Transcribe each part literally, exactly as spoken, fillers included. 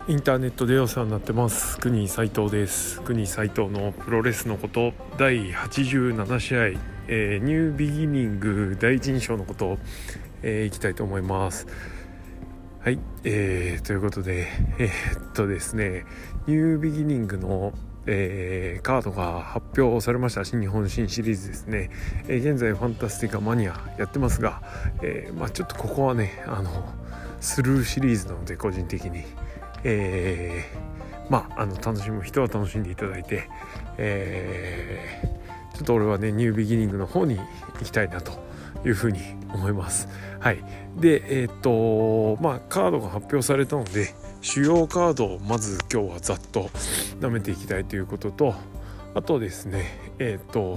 インターネットでお世話になってます国斉藤です。国斉藤のプロレスのことだいはちじゅうなな試合、えー、ニュービギニング第一印象のことを、えー、いきたいと思います。はい、えー、ということでえー、っとですねニュービギニングのえー、カードが発表されました。新日本新シリーズですね、えー、現在ファンタスティカマニアやってますが、えーまあ、ちょっとここはねあのスルーシリーズなので個人的にえー、まああの楽しむ人は楽しんでいただいて、えー、ちょっと俺はねニュービギニングの方に行きたいなというふうに思います。はい。でえー、っとまあカードが発表されたので主要カードをまず今日はざっと舐めていきたいということと、あとですねえー、っと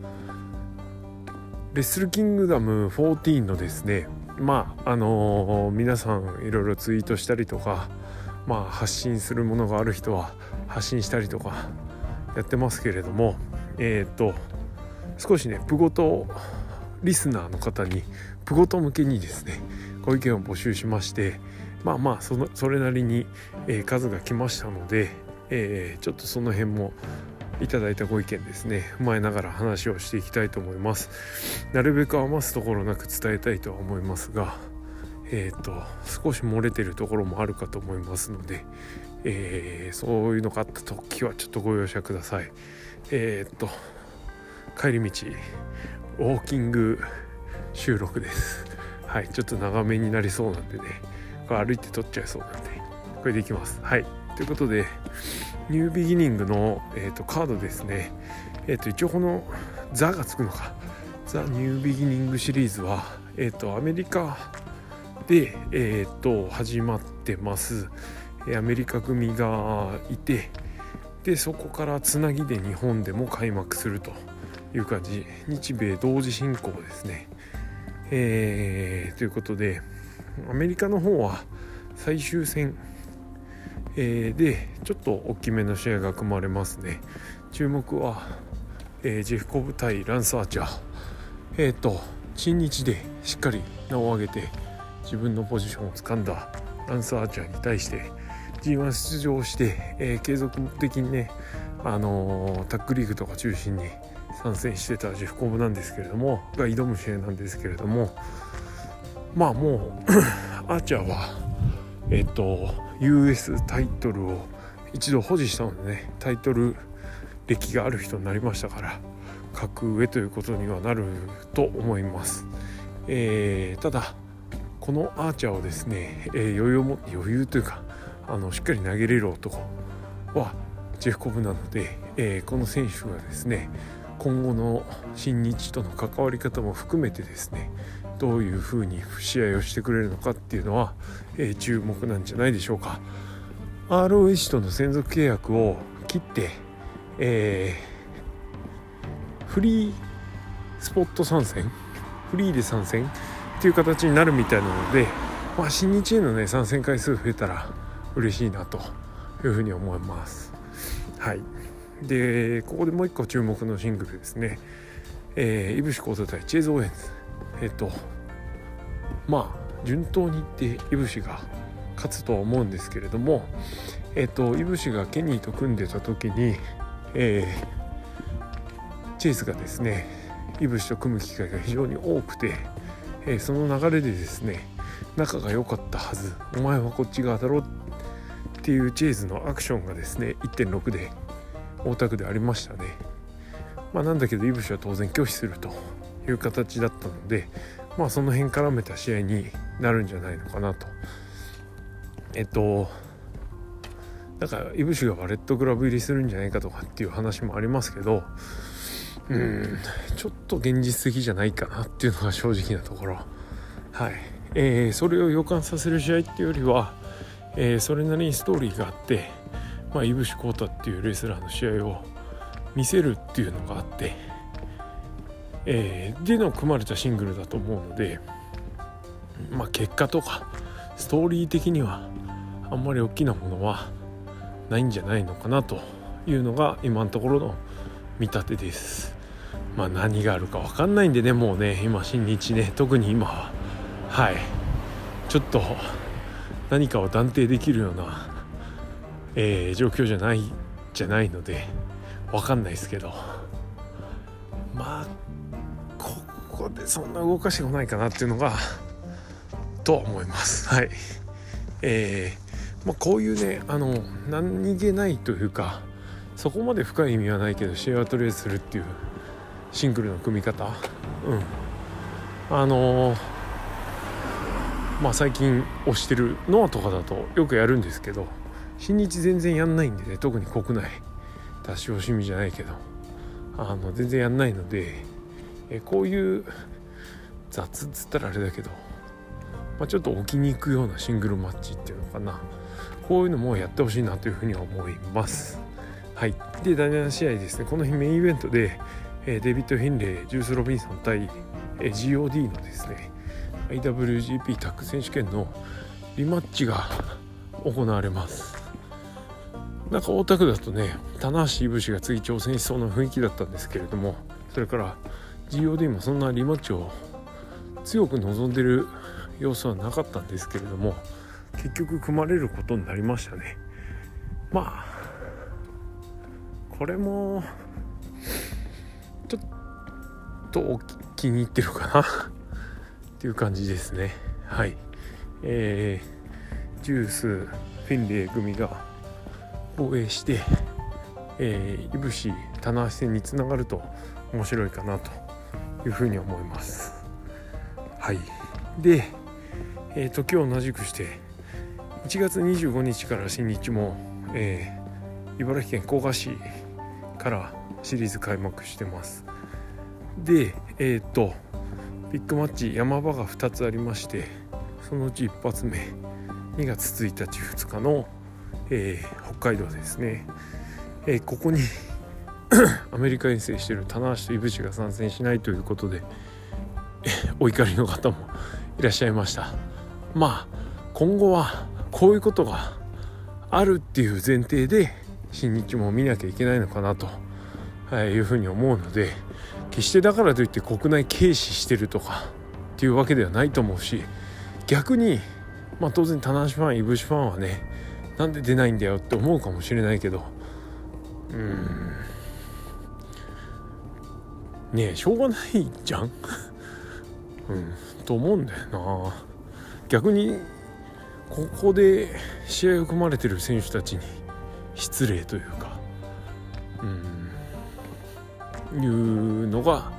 レスルキングダムじゅうよんのですねまああのー、皆さんいろいろツイートしたりとかまあ発信するものがある人は発信したりとかやってますけれども、えっと少しねプゴトリスナーの方にプゴト向けにですねご意見を募集しまして、まあまあそのそれなりに、えー、数が来ましたので、えー、ちょっとその辺もいただいたご意見ですね踏まえながら話をしていきたいと思います。なるべく余すところなく伝えたいとは思いますが、えー、と少し漏れてるところもあるかと思いますので、えー、そういうのがあった時はちょっとご容赦ください。えー、と帰り道ウォーキング収録です。はい、ちょっと長めになりそうなんでねこれ歩いて撮っちゃいそうなんでこれでいきます。はい、ということでニュービギニングの、えー、とカードですね。えー、と一応このザがつくのかザ・ニュービギニングシリーズは、えー、とアメリカで、えー、と始まってます。アメリカ組がいてでそこからつなぎで日本でも開幕するという感じ、日米同時進行ですね。えー、ということでアメリカの方は最終戦、えー、でちょっと大きめの試合が組まれますね。注目は、えー、ジェフコブ対ランスアーチャー。えー、と新日でしっかり名を上げて自分のポジションを掴んだランスアーチャーに対して ジーワン 出場して、えー、継続的にね、あのー、タッグリーグとか中心に参戦してたジェフコブなんですけれどもが挑む試合なんですけれども、まあもうアーチャーはえっ、ー、と ユーエス タイトルを一度保持したのでねタイトル歴がある人になりましたから格上ということにはなると思います。えー、ただこのアーチャーをですね、えー、余裕も余裕というかあのしっかり投げれる男はジェフコブなので、えー、この選手がですね今後の新日との関わり方も含めてですねどういう風に試合をしてくれるのかっていうのは、えー、注目なんじゃないでしょうか。 アールオーエイチ との専属契約を切って、えー、フリースポット参戦フリーで参戦っていう形になるみたいなので、まあ、新日へのね参戦回数増えたら嬉しいなというふうに思います。はい。でここでもう一個注目のシングルですね、えー、イブシコート対チェイズ・オーエンズ。えっとまあ順当にいってイブシが勝つとは思うんですけれども、えっとイブシがケニーと組んでた時に、えー、チェイスがですねイブシと組む機会が非常に多くて、えー、その流れでですね仲が良かったはず、お前はこっち側だろっていうチェイスのアクションがですね いってんろく で大田区でありましたね。まあなんだけどイブシは当然拒否するという形だったので、まあその辺絡めた試合になるんじゃないのかなと。えっとだからイブシがバレットクラブ入りするんじゃないかとかっていう話もありますけど、うーんちょっと現実的じゃないかなっていうのが正直なところ。はい。えー、それを予感させる試合っていうよりは、えー、それなりにストーリーがあって、まあ、イブシコータっていうレスラーの試合を見せるっていうのがあって、えー、での組まれたシングルだと思うので、まあ、結果とかストーリー的にはあんまり大きなものはないんじゃないのかなというのが今のところの見立てです。まあ何があるか分かんないんでねもうね今新日ね特に今ははいちょっと何かを断定できるようなえー、状況じゃないじゃないので分かんないですけど、まあここでそんな動かしてこないかなっていうのがとは思います。はい。えーまあ、こういうねあの何気ないというかそこまで深い意味はないけど試合はとりあえずするっていうシングルの組み方、うんあのー、まあ最近推してるノアとかだとよくやるんですけど、新日全然やんないんでね、特に国内出し惜しみじゃないけどあの全然やんないので、えこういう雑っつったらあれだけど、まあ、ちょっと置きに行くようなシングルマッチっていうのかな、こういうのもやってほしいなというふうには思います。はい。でだいなな試合ですね、この日メインイベントで、えー、デビッド・ヘンレー、ジュース・ロビンソン対、えー、ジーオーディー のですね アイダブリュージーピー タッグ選手権のリマッチが行われます。なんか大田区だとね棚橋いぶしが次挑戦しそうな雰囲気だったんですけれども、それから ジーオーディー もそんなリマッチを強く望んでる様子はなかったんですけれども、結局組まれることになりましたね。まあこれもちょっと気に入ってるかなっていう感じですね。はい。えー、ジュースフィンレイ組が防衛して、えー、いぶし棚橋戦につながると面白いかなというふうに思います。はい。で、えー、時を同じくしていちがつにじゅうごにちから新日も、えー、茨城県古河市からシリーズ開幕してます。で、えー、っとビッグマッチ山場がふたつありまして、そのうち一発目にがつついたちふつかの、えー、北海道ですね、えー、ここにアメリカ遠征している棚橋といぶしが参戦しないということでお怒りの方もいらっしゃいました。まあ今後はこういうことがあるっていう前提で新日も見なきゃいけないのかなと、はい、いうふうに思うので、決してだからといって国内軽視してるとかっていうわけではないと思うし、逆にまあ当然棚橋ファンいぶしファンはねなんで出ないんだよって思うかもしれないけど、うーんねえしょうがないじゃんうんと思うんだよな。逆にここで試合を組まれてる選手たちに失礼というか、うんいうのが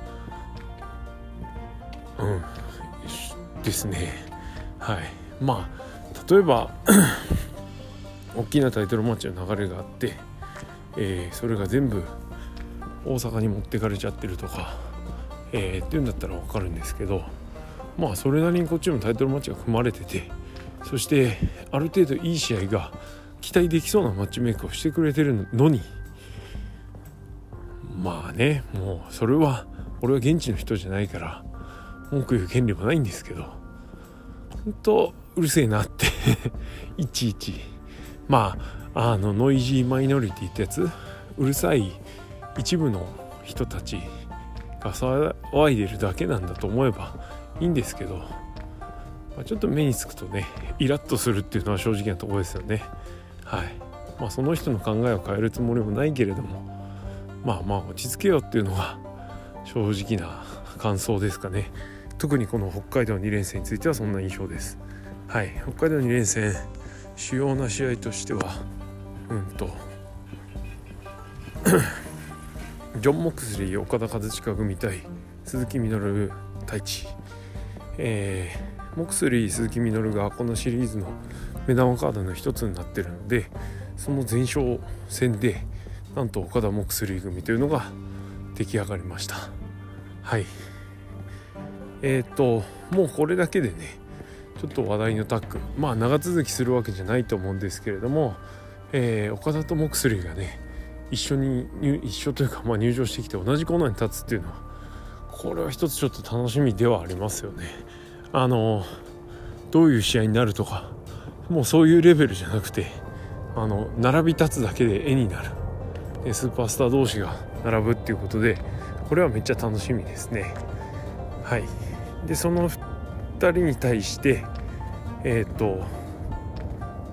うんですね。はい。まあ例えば大きなタイトルマッチの流れがあって、えー、それが全部大阪に持ってかれちゃってるとか、えー、っていうんだったら分かるんですけど、まあそれなりにこっちもタイトルマッチが組まれてて、そしてある程度いい試合が期待できそうなマッチメイクをしてくれてるのに、まあねもうそれは俺は現地の人じゃないから文句言う権利もないんですけど、ほんとうるせえなっていちいちまああのノイジーマイノリティってやつ、うるさい一部の人たちが騒いでるだけなんだと思えばいいんですけど、まあ、ちょっと目につくとねイラッとするっていうのは正直なところですよね。はい。まあその人の考えを変えるつもりもないけれども、まあまあ落ち着けよっていうのが正直な感想ですかね。特にこの北海道に連戦についてはそんな印象です。はい。北海道に連戦主要な試合としてはうんとジョン・モクスリー岡田和親組対鈴木みのる太一、えー、モクスリー鈴木みのるがこのシリーズの目玉カードの一つになってるので、その前哨戦でなんと岡田モクスリー組というのが出来上がりました。はい。えっともうこれだけでねちょっと話題のタッグ、まあ長続きするわけじゃないと思うんですけれども、えー、岡田とモクスリーがね一緒に一緒というか、まあ、入場してきて同じコーナーに立つっていうのはこれは一つちょっと楽しみではありますよね。あのどういう試合になるとかもうそういうレベルじゃなくて、あの並び立つだけで絵になるスーパースター同士が並ぶっていうことで、これはめっちゃ楽しみですね。はい。でそのふたりに対してえっと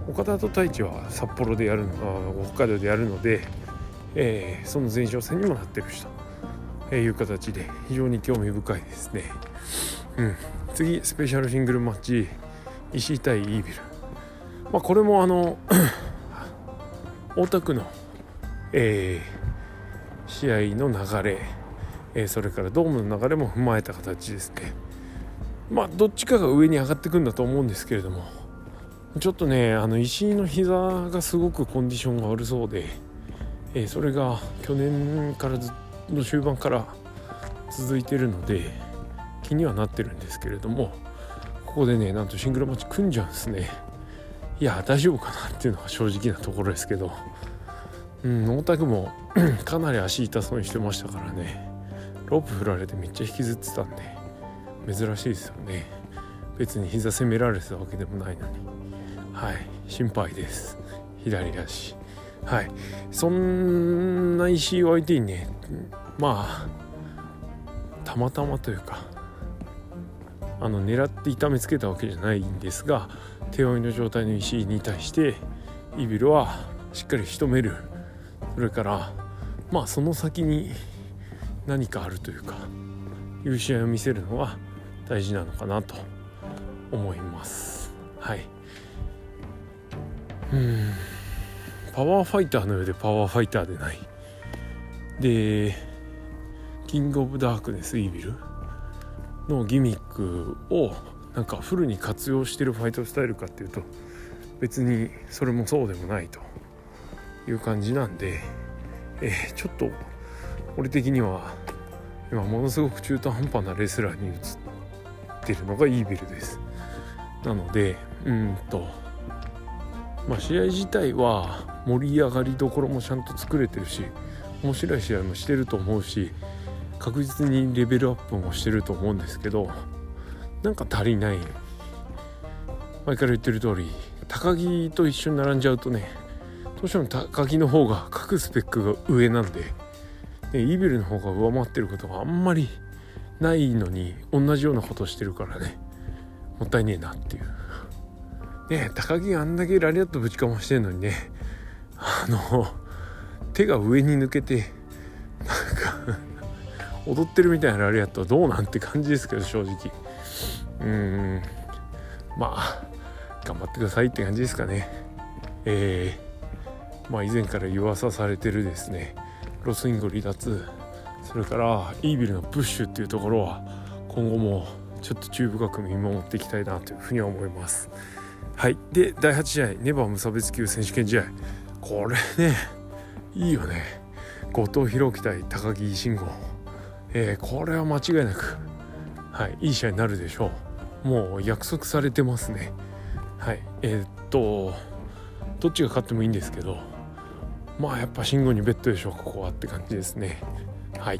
岡田と太一は札幌でやるの北海道でやるので、えー、その前哨戦にもなってるしという形で非常に興味深いですね。うん、次スペシャルシングルマッチ石井対イービル、まあ、これもあの大田区の、えー、試合の流れ、えー、それからドームの流れも踏まえた形ですね。まあどっちかが上に上がってくるんだと思うんですけれども、ちょっとねあの石井の膝がすごくコンディションが悪そうで、えー、それが去年からずの終盤から続いているので気にはなってるんですけれども、ここでねなんとシングルマッチ組んじゃうんですね。いや大丈夫かなっていうのが正直なところですけど、うん、大田区もかなり足痛そうにしてましたからね。ロープ振られてめっちゃ引きずってたんで珍しいですよね。別に膝攻められてたわけでもないのに、はい、心配です。左足、はい、そんな石井を相手にね、まあたまたまというかあの狙って痛めつけたわけじゃないんですが、手負いの状態の石井に対してイービルはしっかり仕留める、それからまあその先に何かあるというかいう試合を見せるのは大事なのかなと思います。はい、うーんパワーファイターのようでパワーファイターでないで、キングオブダークネスイービルのギミックをなんかフルに活用してるファイトスタイルかっていうと別にそれもそうでもないという感じなんで、えー、ちょっと俺的には今ものすごく中途半端なレスラーに移ってるのがイービルです。なのでうんとまあ試合自体は盛り上がりどころもちゃんと作れてるし面白い試合もしてると思うし確実にレベルアップもしてると思うんですけど、なんか足りない。前から言ってる通り高木と一緒に並んじゃうとね、どうしても高木の方が各スペックが上なんで、でイービルの方が上回ってることがあんまりないのに同じようなことしてるからね、もったいねえなっていうね。高木があんだけラリアットぶちかましてんのにね、あの手が上に抜けてなんか踊ってるみたいなラリアットはどうなんて感じですけど、正直うーんまあ頑張ってくださいって感じですかね。えー、まあ以前から噂されてるですねロスインゴ離脱、それからイービルのプッシュっていうところは今後もちょっと注意深く見守っていきたいなというふうに思います。はい、でだいはち試合ネバー無差別級選手権試合、これねいいよね。後藤弘樹対高木慎吾、えー、これは間違いなく、はい、いい試合になるでしょう。もう約束されてますね。はい、えー、っとどっちが勝ってもいいんですけど、まあやっぱ慎吾にベットでしょうここはって感じですね。はい、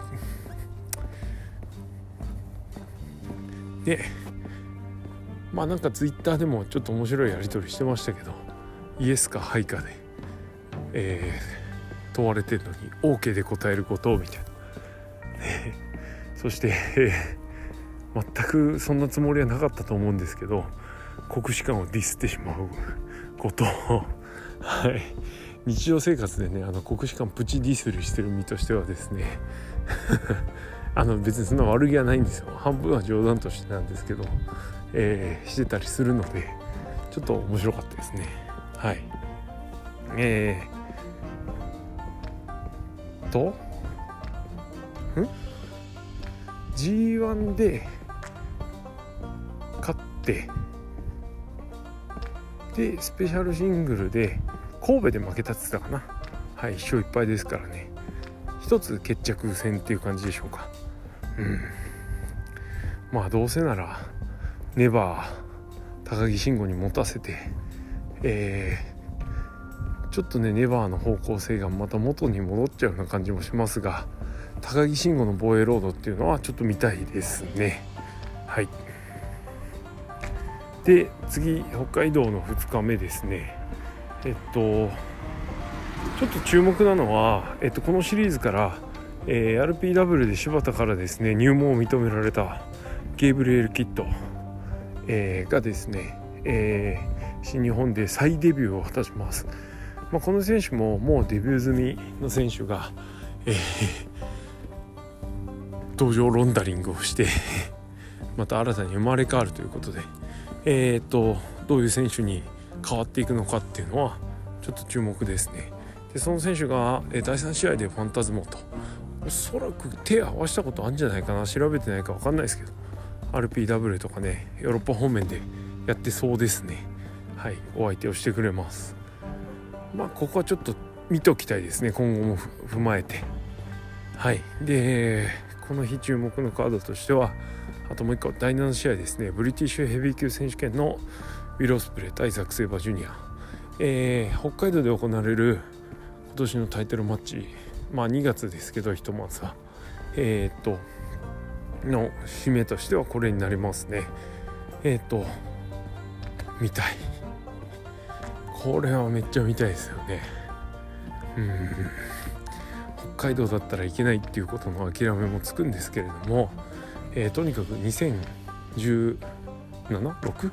でまあなんかツイッターでもちょっと面白いやり取りしてましたけど、イエスかハイかで、えー、問われてるのに OK で答えることみたいなそして、えー、全くそんなつもりはなかったと思うんですけど、国士舘をディスってしまうことをはい日常生活でね、あの国士舘プチディスりしてる身としてはですねあの別にそんな悪気はないんですよ。半分は冗談としてなんですけど、えー、してたりするのでちょっと面白かったですね。はい、えーとん ジーワン で勝ってでスペシャルシングルで神戸で負けたって言ってたかな。はい、一勝一敗ですからね、一つ決着戦っていう感じでしょうか。うんまあどうせならネバー高木慎吾に持たせて、えー、ちょっとねネバーの方向性がまた元に戻っちゃうような感じもしますが、高木慎吾の防衛ロードっていうのはちょっと見たいですね。はい、で次北海道のふつかめですね。えっとちょっと注目なのは、えっと、このシリーズから、えー、アールピーダブリュー で柴田からですね入門を認められたゲイブリエル・キッド、えー、がですね、えー、 新日本で再デビューを果たします。まあ、この選手ももうデビュー済みの選手が、えー、道場ロンダリングをしてまた新たに生まれ変わるということで、えー、っとどういう選手に変わっていくのかっていうのはちょっと注目ですね。でその選手がだいさん試合でファンタズモと、おそらく手を合わせたことあるんじゃないかな、調べてないか分かんないですけど アールピーダブリュー とかねヨーロッパ方面でやってそうですね。はい、お相手をしてくれます。まあここはちょっと見ておきたいですね、今後も踏まえて。はい、でこの日注目のカードとしてはあともう一個だいなな試合ですね、ブリティッシュヘビー級選手権のウィル・オスプレイ対ザック・セイバージュニア、えー、北海道で行われる今年のタイトルマッチ、まあにがつですけどひとまずはえー、っとの締めとしてはこれになりますね。えー、っと見たい、これはめっちゃ見たいですよね。うん北海道だったらいけないっていうことの諦めもつくんですけれども、えー、とにかくにせんじゅうなな、ろく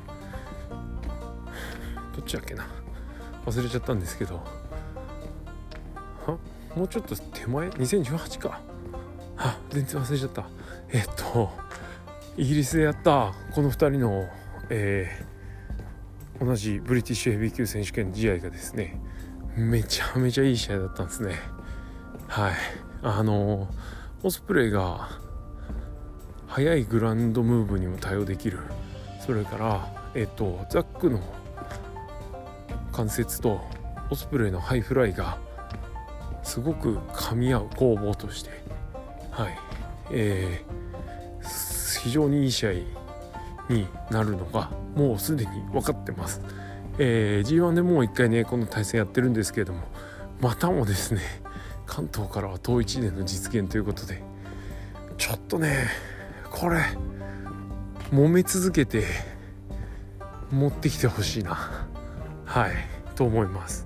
どっちだっけな忘れちゃったんですけど、はもうちょっと手前にせんじゅうはちか、は全然忘れちゃった。えっとイギリスでやったこのふたりの、えー、同じブリティッシュヘビー級選手権試合がですねめちゃめちゃいい試合だったんですね。はい、あのオスプレイが速いグラウンドムーブにも対応できる、それからえっとザックの関節とオスプレイのハイフライがすごく噛み合う攻防として、はい、えー、非常にいい試合になるのがもうすでに分かってます。えー、ジーワン でもう一回ねこの対戦やってるんですけれども、またもですね関東からは統一での実現ということで、ちょっとねこれ揉め続けて持ってきてほしいな、はいと思います。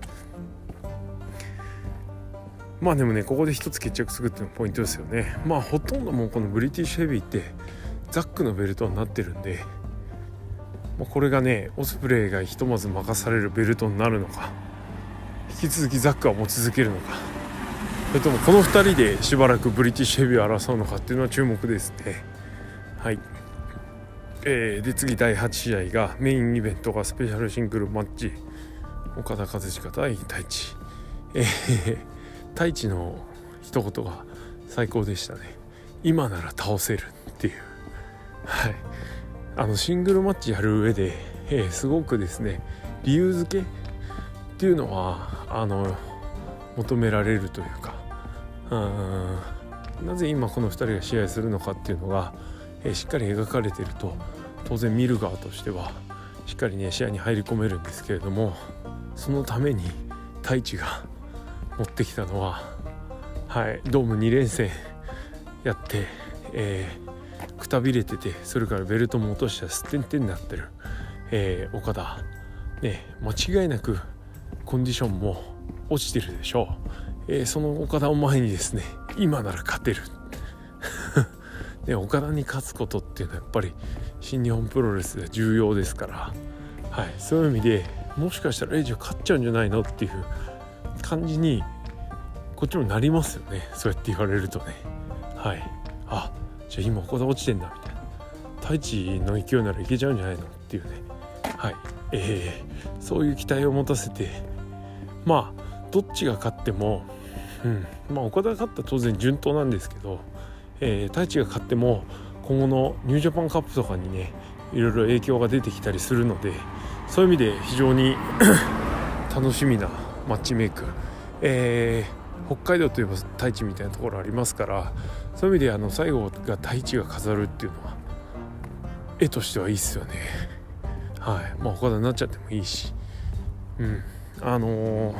まあでもねここで一つ決着するっていうのがポイントですよね。まあほとんどもうこのブリティッシュヘビーってザックのベルトになってるんで、まあ、これがねオスプレイがひとまず任されるベルトになるのか、引き続きザックは持ち続けるのか、それともこのふたりでしばらくブリティッシュヘビーを争うのかっていうのは注目ですね。はい、えー、で次だいはち試合がメインイベントがスペシャルシングルマッチ、岡田和親対太一、えー、太一の一言が最高でしたね。今なら倒せるっていう、はい、あのシングルマッチやる上で、えー、すごくですね理由付けっていうのはあの求められるというか、うんなぜ今このふたりが試合するのかっていうのが、えー、しっかり描かれていると当然見る側としてはしっかりね試合に入り込めるんですけれども、そのために太一が持ってきたのは、はい、ドームに連戦やって、えー、くたびれてて、それからベルトも落としたすってんてんになってる、えー、岡田、ね、間違いなくコンディションも落ちてるでしょう、えー、その岡田を前にですね今なら勝てるで岡田に勝つことっていうのはやっぱり新日本プロレスで重要ですから、はい、そういう意味でもしかしたらエイジ勝っちゃうんじゃないのっていう感じにこっちもなりますよね、そうやって言われるとね。はい、あじゃあ今岡田落ちてんだみたいな、太一の勢いならいけちゃうんじゃないのっていうね、はい、えー、そういう期待を持たせて、まあどっちが勝っても、うん、まあ岡田が勝ったら当然順当なんですけど、えー、太一が勝っても今後のニュージャパンカップとかにねいろいろ影響が出てきたりするので、そういう意味で非常に楽しみなマッチメイク、えー、北海道といえば太一みたいなところありますから、そういう意味であの最後が太一が飾るっていうのは絵としてはいいっすよね。はい、まあ岡田になっちゃってもいいし、うんあのー、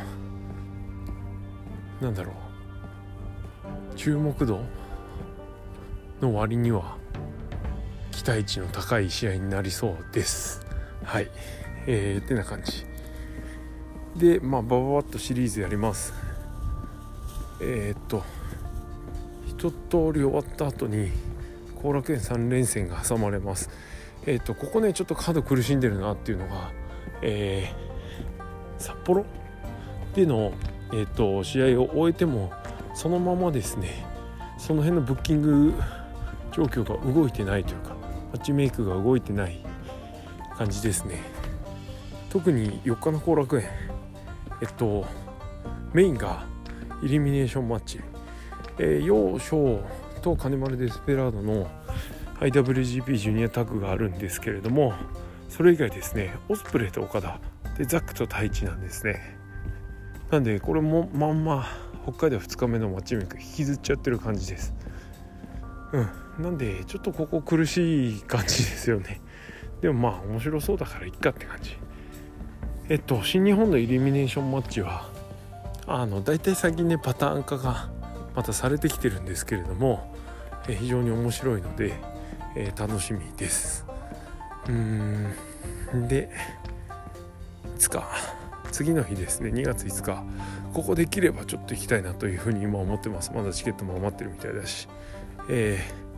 なんだろう注目度の割には期待値の高い試合になりそうです。はい、えー、ってな感じで、まあバババッとシリーズやります。えー、っと一通り終わった後に後楽園さん連戦が挟まれます。えー、っとここねちょっとカード苦しんでるなっていうのが、 えー、札幌での、えー、と試合を終えてもそのままですね、その辺のブッキング状況が動いてないというか、マッチメイクが動いてない感じですね。特によっかの後楽園、えっとメインがイルミネーションマッチ、えー、楊翔と金丸デスペラードの アイダブリュージーピー ジュニアタッグがあるんですけれども、それ以外ですね、オスプレイと岡田でザックと太一なんですね。なんでこれもまんま北海道ふつかめのマッチメイク引きずっちゃってる感じです。うんなんでちょっとここ苦しい感じですよね。でもまあ面白そうだからいっかって感じ。えっと新日本のイルミネーションマッチはあのだいたい最近ねパターン化がまたされてきてるんですけれども、え非常に面白いので、えー、楽しみです。うーんでいつか次の日ですね、にがついつか、ここできればちょっと行きたいなというふうに今思ってます。まだチケットも余ってるみたいだし、え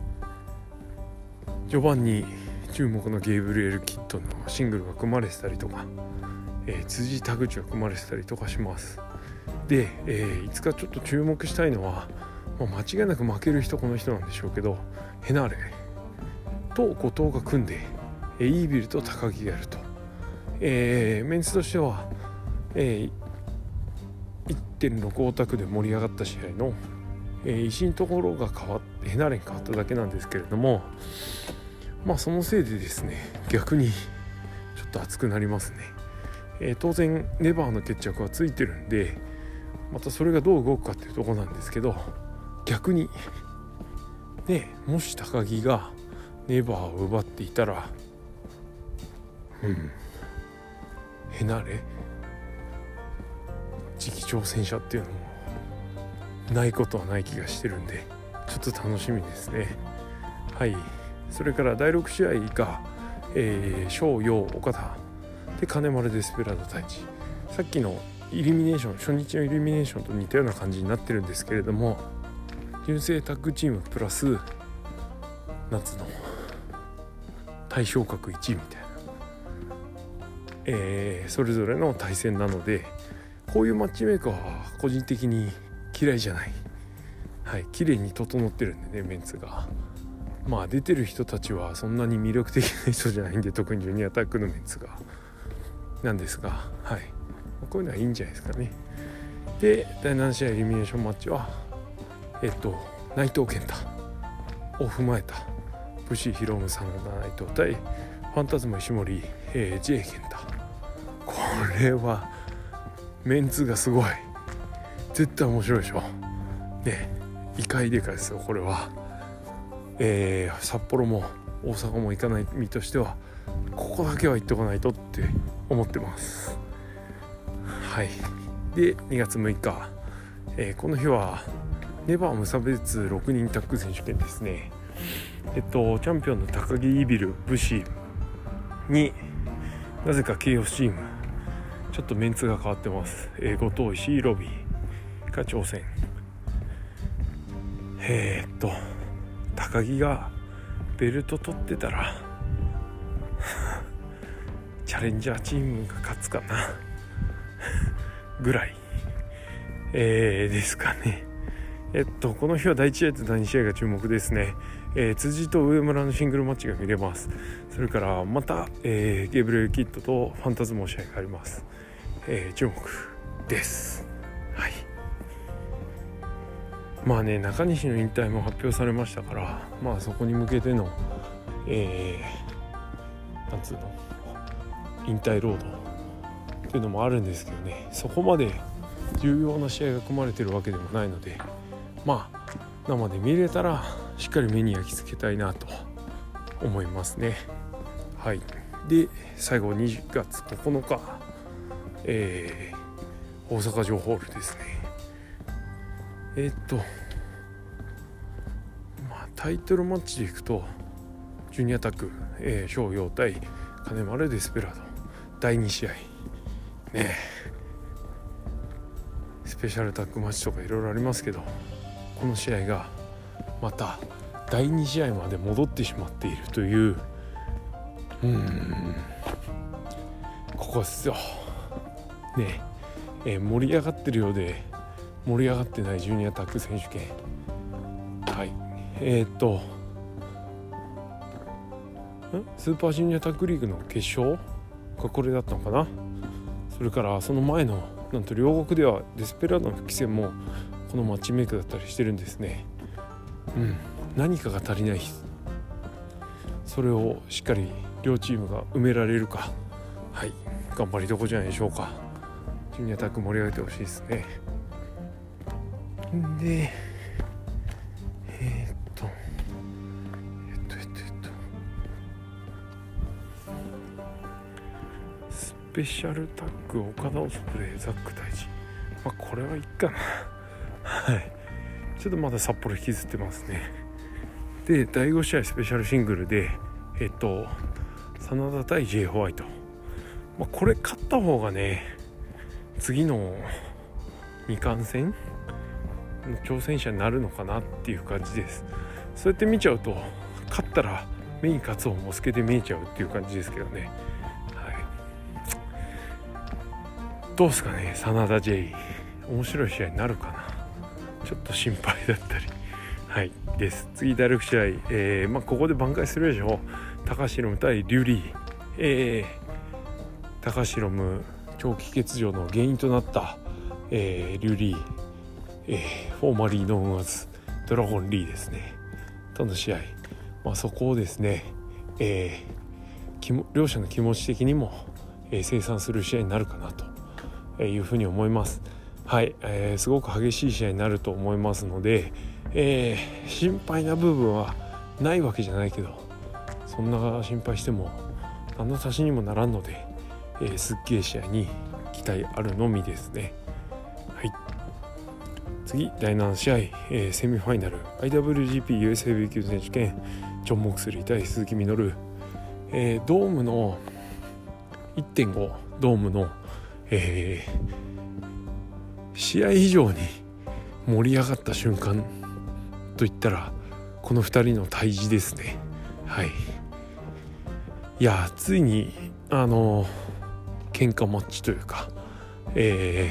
ー、序盤に注目のゲイブリエル・キッドのシングルが組まれてたりとか、えー、辻田口が組まれてたりとかします。で、えー、いつかちょっと注目したいのは、まあ、間違いなく負ける人この人なんでしょうけど、ヘナーレと後藤が組んで、えー、イービルと高木がやると、えー、メンツとしては、えー、いってんろく オタクで盛り上がった試合の、えー、石のところが変わってヘナーレに変わっただけなんですけれども、まあそのせいでですね、逆にちょっと熱くなりますね。えー、当然ネバーの決着はついてるんで、またそれがどう動くかっていうところなんですけど、逆にね、もし高木がネバーを奪っていたら、うんヘナレ次期挑戦者っていうのもないことはない気がしてるんで、ちょっと楽しみですね。はい。それからだいろく試合が、えー、翔陽岡田で金丸デスペラード太一、さっきのイルミネーション、初日のイルミネーションと似たような感じになってるんですけれども、純正タッグチームプラス夏の対象格いちみたいな、えー、それぞれの対戦なので、こういうマッチメーカーは個人的に嫌いじゃない。はい、綺麗に整ってるんでね、メンツが。まあ出てる人たちはそんなに魅力的な人じゃないんで、特にジュニアタッグのメンツがなんですが、はい、こういうのはいいんじゃないですかね。で、だいなな試合エリミネーションマッチはえっと内藤健太を踏まえた武士ヒロム真田内藤対ファンタズマ石森、えー、J 健太。これはメンツがすごい、絶対面白いでしょね。異界でかいですよこれは。えー、札幌も大阪も行かない身としては、ここだけは行っておかないとって思ってます。はい。でにがつむいか、えー、この日はネバー無差別ろくにんタッグ選手権ですね。えっとチャンピオンの高木イビル武士になぜかケイオスチーム、ちょっとメンツが変わってます。えー、後藤石井ロビーが挑戦。えー、っと高木がベルト取ってたらチャレンジャーチームが勝つかなぐらい、えー、ですかね。えっとこの日はだいいち試合とだいに試合が注目ですね。えー、辻と上村のシングルマッチが見れます。それからまた、えー、ゲブリエル・キッドとファンタズモ試合があります。えー、注目です。はい。まあね、中西の引退も発表されましたから、まあそこに向けての、えー、なんつうの引退ロードっていうのもあるんですけどね、そこまで重要な試合が組まれてるわけでもないので、まあ生で見れたらしっかり目に焼き付けたいなと思いますね。はい。で最後にがつここのか、えー、大阪城ホールですね。えー、っとまあタイトルマッチでいくとジュニアタッグ、えー、翔陽対金丸デスペラードだいに試合ね。スペシャルタッグマッチとかいろいろありますけど、この試合がまただいに試合まで戻ってしまっているという、うーんここですよねえー、盛り上がってるようで盛り上がってないジュニアタッグ選手権、はいえー、っとスーパージュニアタッグリーグの決勝がこれだったのかな。それからその前のなんと両国ではデスペラードの復帰戦もこのマッチメイクだったりしてるんですね。うん何かが足りない、それをしっかり両チームが埋められるか、はい頑張りどこじゃないでしょうか。ジュニアタッグ盛り上げてほしいですね。でえー、っとえっとえっとえっとスペシャルタッグ岡田オスプレイザック大治、まあこれはいいかなはいちょっとまだ札幌引きずってますね。でだいご試合スペシャルシングルでえっと真田対 J ホワイト、まあ、これ勝った方がね次のに冠戦の挑戦者になるのかなっていう感じです。そうやって見ちゃうと勝ったらメイン勝つ方も透けて見えちゃうっていう感じですけどね、はい、どうですかね真田 J 面白い試合になるかな、ちょっと心配だったりはいです。次だいろく試合、えーまあ、ここで挽回するでしょう。高橋宏夢対リュウリー、えー、高橋宏夢長期欠場の原因となった、えー、リュウリー、えー、フォーマリーノンアズドラゴンリーですねとの試合、まあ、そこをですね、えー、両者の気持ち的にも、えー、清算する試合になるかなというふうに思います。はい、えー、すごく激しい試合になると思いますので、えー、心配な部分はないわけじゃないけど、そんな心配しても何の足しにもならんので、えー、すっげー試合に期待あるのみですね。はい、次だいなな試合、えー、セミファイナル アイダブリュージーピー ユーエスヘビー級選手権ジョン・モクスリー対鈴木みのる、えー、ドームの いってんご ドームの、えー、試合以上に盛り上がった瞬間といったらこのふたりの対峙ですね。はい、いやついにあの喧嘩マッチというか、え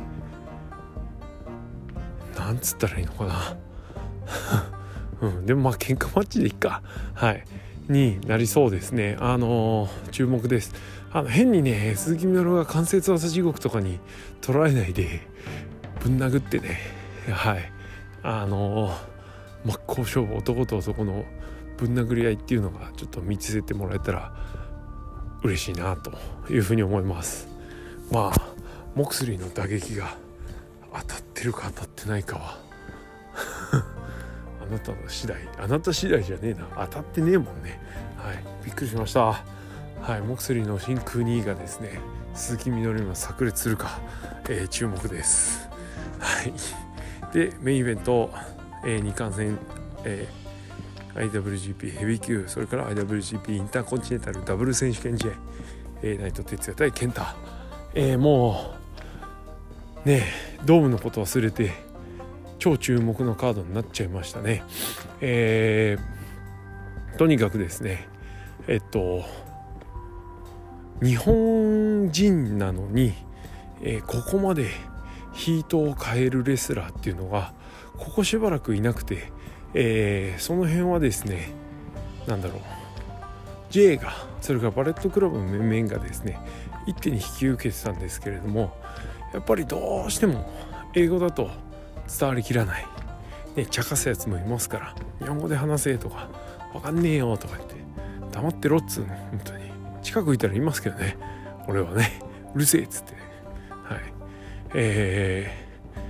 ー、なんつったらいいのかな、うん、でもまあ喧嘩マッチでいいか、はいになりそうですね。あのー、注目です。あの変にね鈴木みのるが関節技地獄とかに捉えないでぶん殴ってね、はいあのー、真っ向勝負男と男のぶん殴り合いっていうのがちょっと見せてもらえたら嬉しいなというふうに思います。まあモクスリーの打撃が当たってるか当たってないかはあなたの次第あなた次第じゃねえな、当たってねえもんね。はいびっくりしました。はいモクスリーの真空にがですね鈴木みのるにも炸裂するか、えー、注目です。はいでメインイベント、えー、に冠戦、えー、アイダブリュージーピー ヘビー級、それから アイダブリュージーピー インターコンチネンタルダブル選手権試合、えー、内藤哲也対健太、えー、もうねドームのこと忘れて超注目のカードになっちゃいましたね。えー、とにかくですねえっと日本人なのに、えー、ここまでヒートを変えるレスラーっていうのがここしばらくいなくて、えー、その辺はですねなんだろう J がそれからバレットクラブの面々がですね一手に引き受けてたんですけれども、やっぱりどうしても英語だと伝わりきらない、ね、茶化すやつもいますから、日本語で話せとか分かんねえよとか言って黙ってろっつうの本当に近くいたらいますけどね、俺はねうるせえっつって、はいえ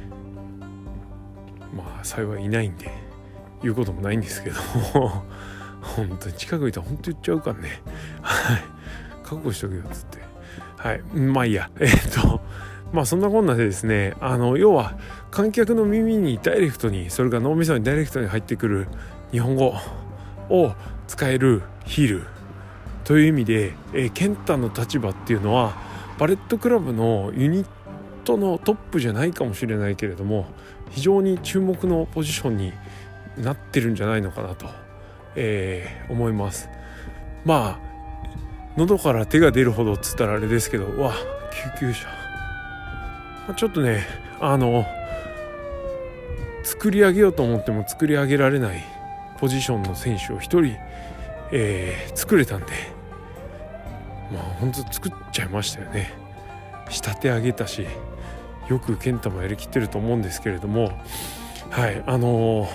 ー、まあ幸いいないんで言うこともないんですけど本当に近くいたら本当言っちゃうからね、はい覚悟しとけよっつって、はいまあいいやえー、っとまあそんなこんなでですね、あの要は観客の耳にダイレクトに、それから脳みそにダイレクトに入ってくる日本語を使えるヒールという意味で、えー、ケンタの立場っていうのはバレットクラブのユニットのトップじゃないかもしれないけれども、非常に注目のポジションになってるんじゃないのかなと、えー、思います。まあ喉から手が出るほどっつったらあれですけど、うわ救急車、ちょっとねあの作り上げようと思っても作り上げられないポジションの選手を一人、えー、作れたんで、まあ本当作っちゃいましたよね。仕立て上げたし、よく健太もやりきってると思うんですけれども、はいあの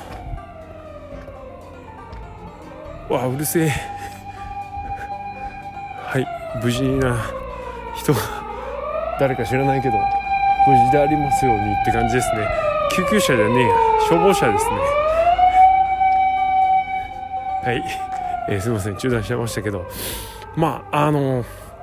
ー、わあうるせえはい無事な人が誰か知らないけど無事でありますようにって感じですね。救急車じゃねえや、消防車ですね。はい、えー、すいません中断しちゃいましたけど、まああのー、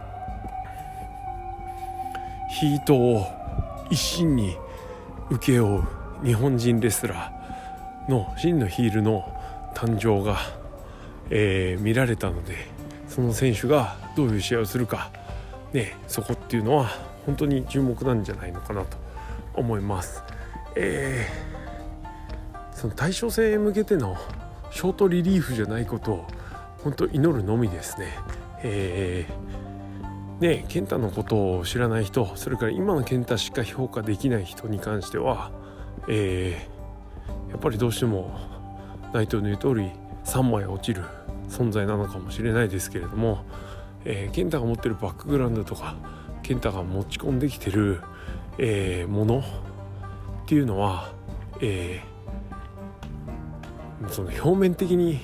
ヒートを一身に請け負う日本人レスラーの真のヒールの誕生が、えー、見られたので、その選手がどういう試合をするか、ね、そこっていうのは本当に注目なんじゃないのかなと思います。えー、その対処戦へ向けてのショートリリーフじゃないことを本当祈るのみですね。えー、ね健太のことを知らない人、それから今の健太しか評価できない人に関しては、えー、やっぱりどうしても内藤の言う通りさんまい落ちる存在なのかもしれないですけれども、えー、健太が持ってるバックグラウンドとか健太が持ち込んできてる、えー、ものっていうのは、えー、その表面的に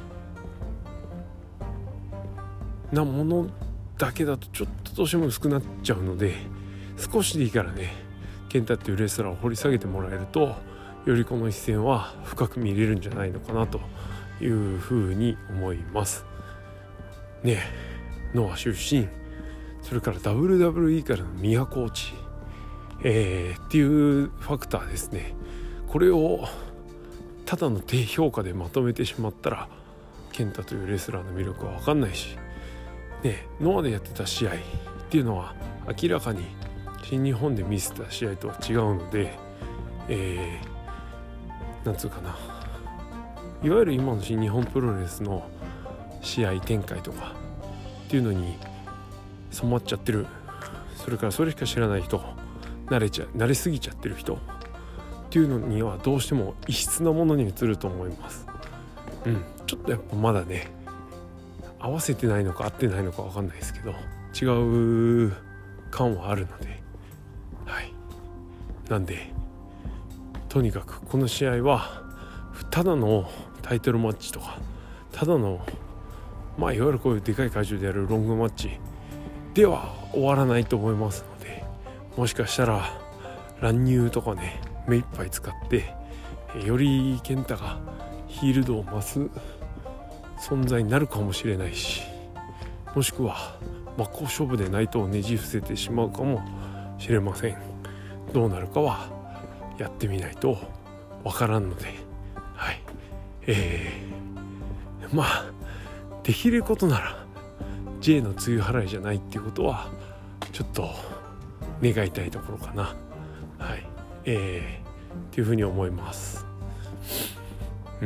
なものだけだとちょっとどうしても薄くなっちゃうので、少しでいいからね健太っていうレスラーを掘り下げてもらえると、よりこの一戦は深く見れるんじゃないのかなというふうに思いますね。ノア出身、それから ダブリューダブリューイー からの宮コーチ、えー、っていうファクターですね。これをただの低評価でまとめてしまったら健太というレスラーの魅力は分かんないし、ね、ノアでやってた試合っていうのは明らかに新日本で見せた試合とは違うので、えー、なんつうかな、いわゆる今の新日本プロレスの試合展開とかっていうのに染まっちゃってる、それからそれしか知らない人、慣れちゃ慣れすぎちゃってる人っていうのにはどうしても異質なものに映ると思います。うん、ちょっとやっぱまだね合わせてないのか合ってないのか分かんないですけど、違う感はあるので、はい、なんでとにかくこの試合はただのタイトルマッチとか、ただのまあいわゆるこういうでかい会場でやるロングマッチでは終わらないと思いますので、もしかしたら乱入とかね目いっぱい使ってより健太がヒールドを増す存在になるかもしれないし、もしくは真っ向勝負で内藤をねじ伏せてしまうかもしれません。どうなるかはやってみないとわからんので、はい、えー、まあできることなら J の梅雨払いじゃないっていうことはちょっと願いたいところかな。はい、えー、っていうふうに思います。うん、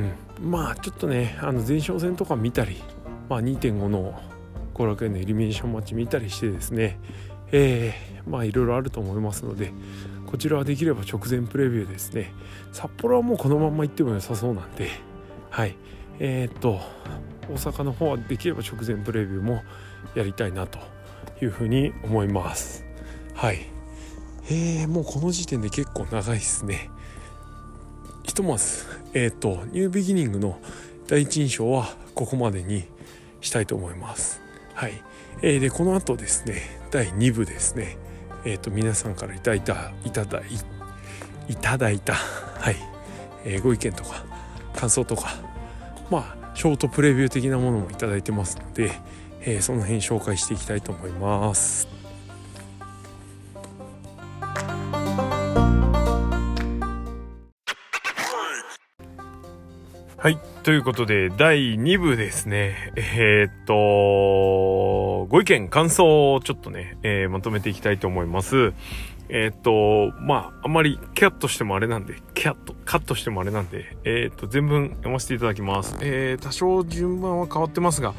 まあちょっとねあの前哨戦とか見たり、まあ、にてんご の後楽園のエリミネーションマッチ見たりしてですね、えー、まあいろいろあると思いますので、こちらはできれば直前プレビューですね。札幌はもうこのまま行っても良さそうなんで、はいえー、っと大阪の方はできれば直前プレビューもやりたいなというふうに思います。はい、えー、もうこの時点で結構長いですね。ひとまず、えー、とニュービギニングの第一印象はここまでにしたいと思います。はい、えー、でこの後ですねだいに部ですね、えー、と皆さんからいただいたいただいいただいた、はいえー、ご意見とか感想とか、まあショートプレビュー的なものもいただいてますので、えー、その辺紹介していきたいと思います。はい、ということでだいに部ですね。えー、っとご意見感想をちょっとね、えー、まとめていきたいと思います。えー、っとまああんまりキャットしてもあれなんでキャットカットしてもあれなんで、えー、っと全文読ませていただきます。えー、多少順番は変わってますが、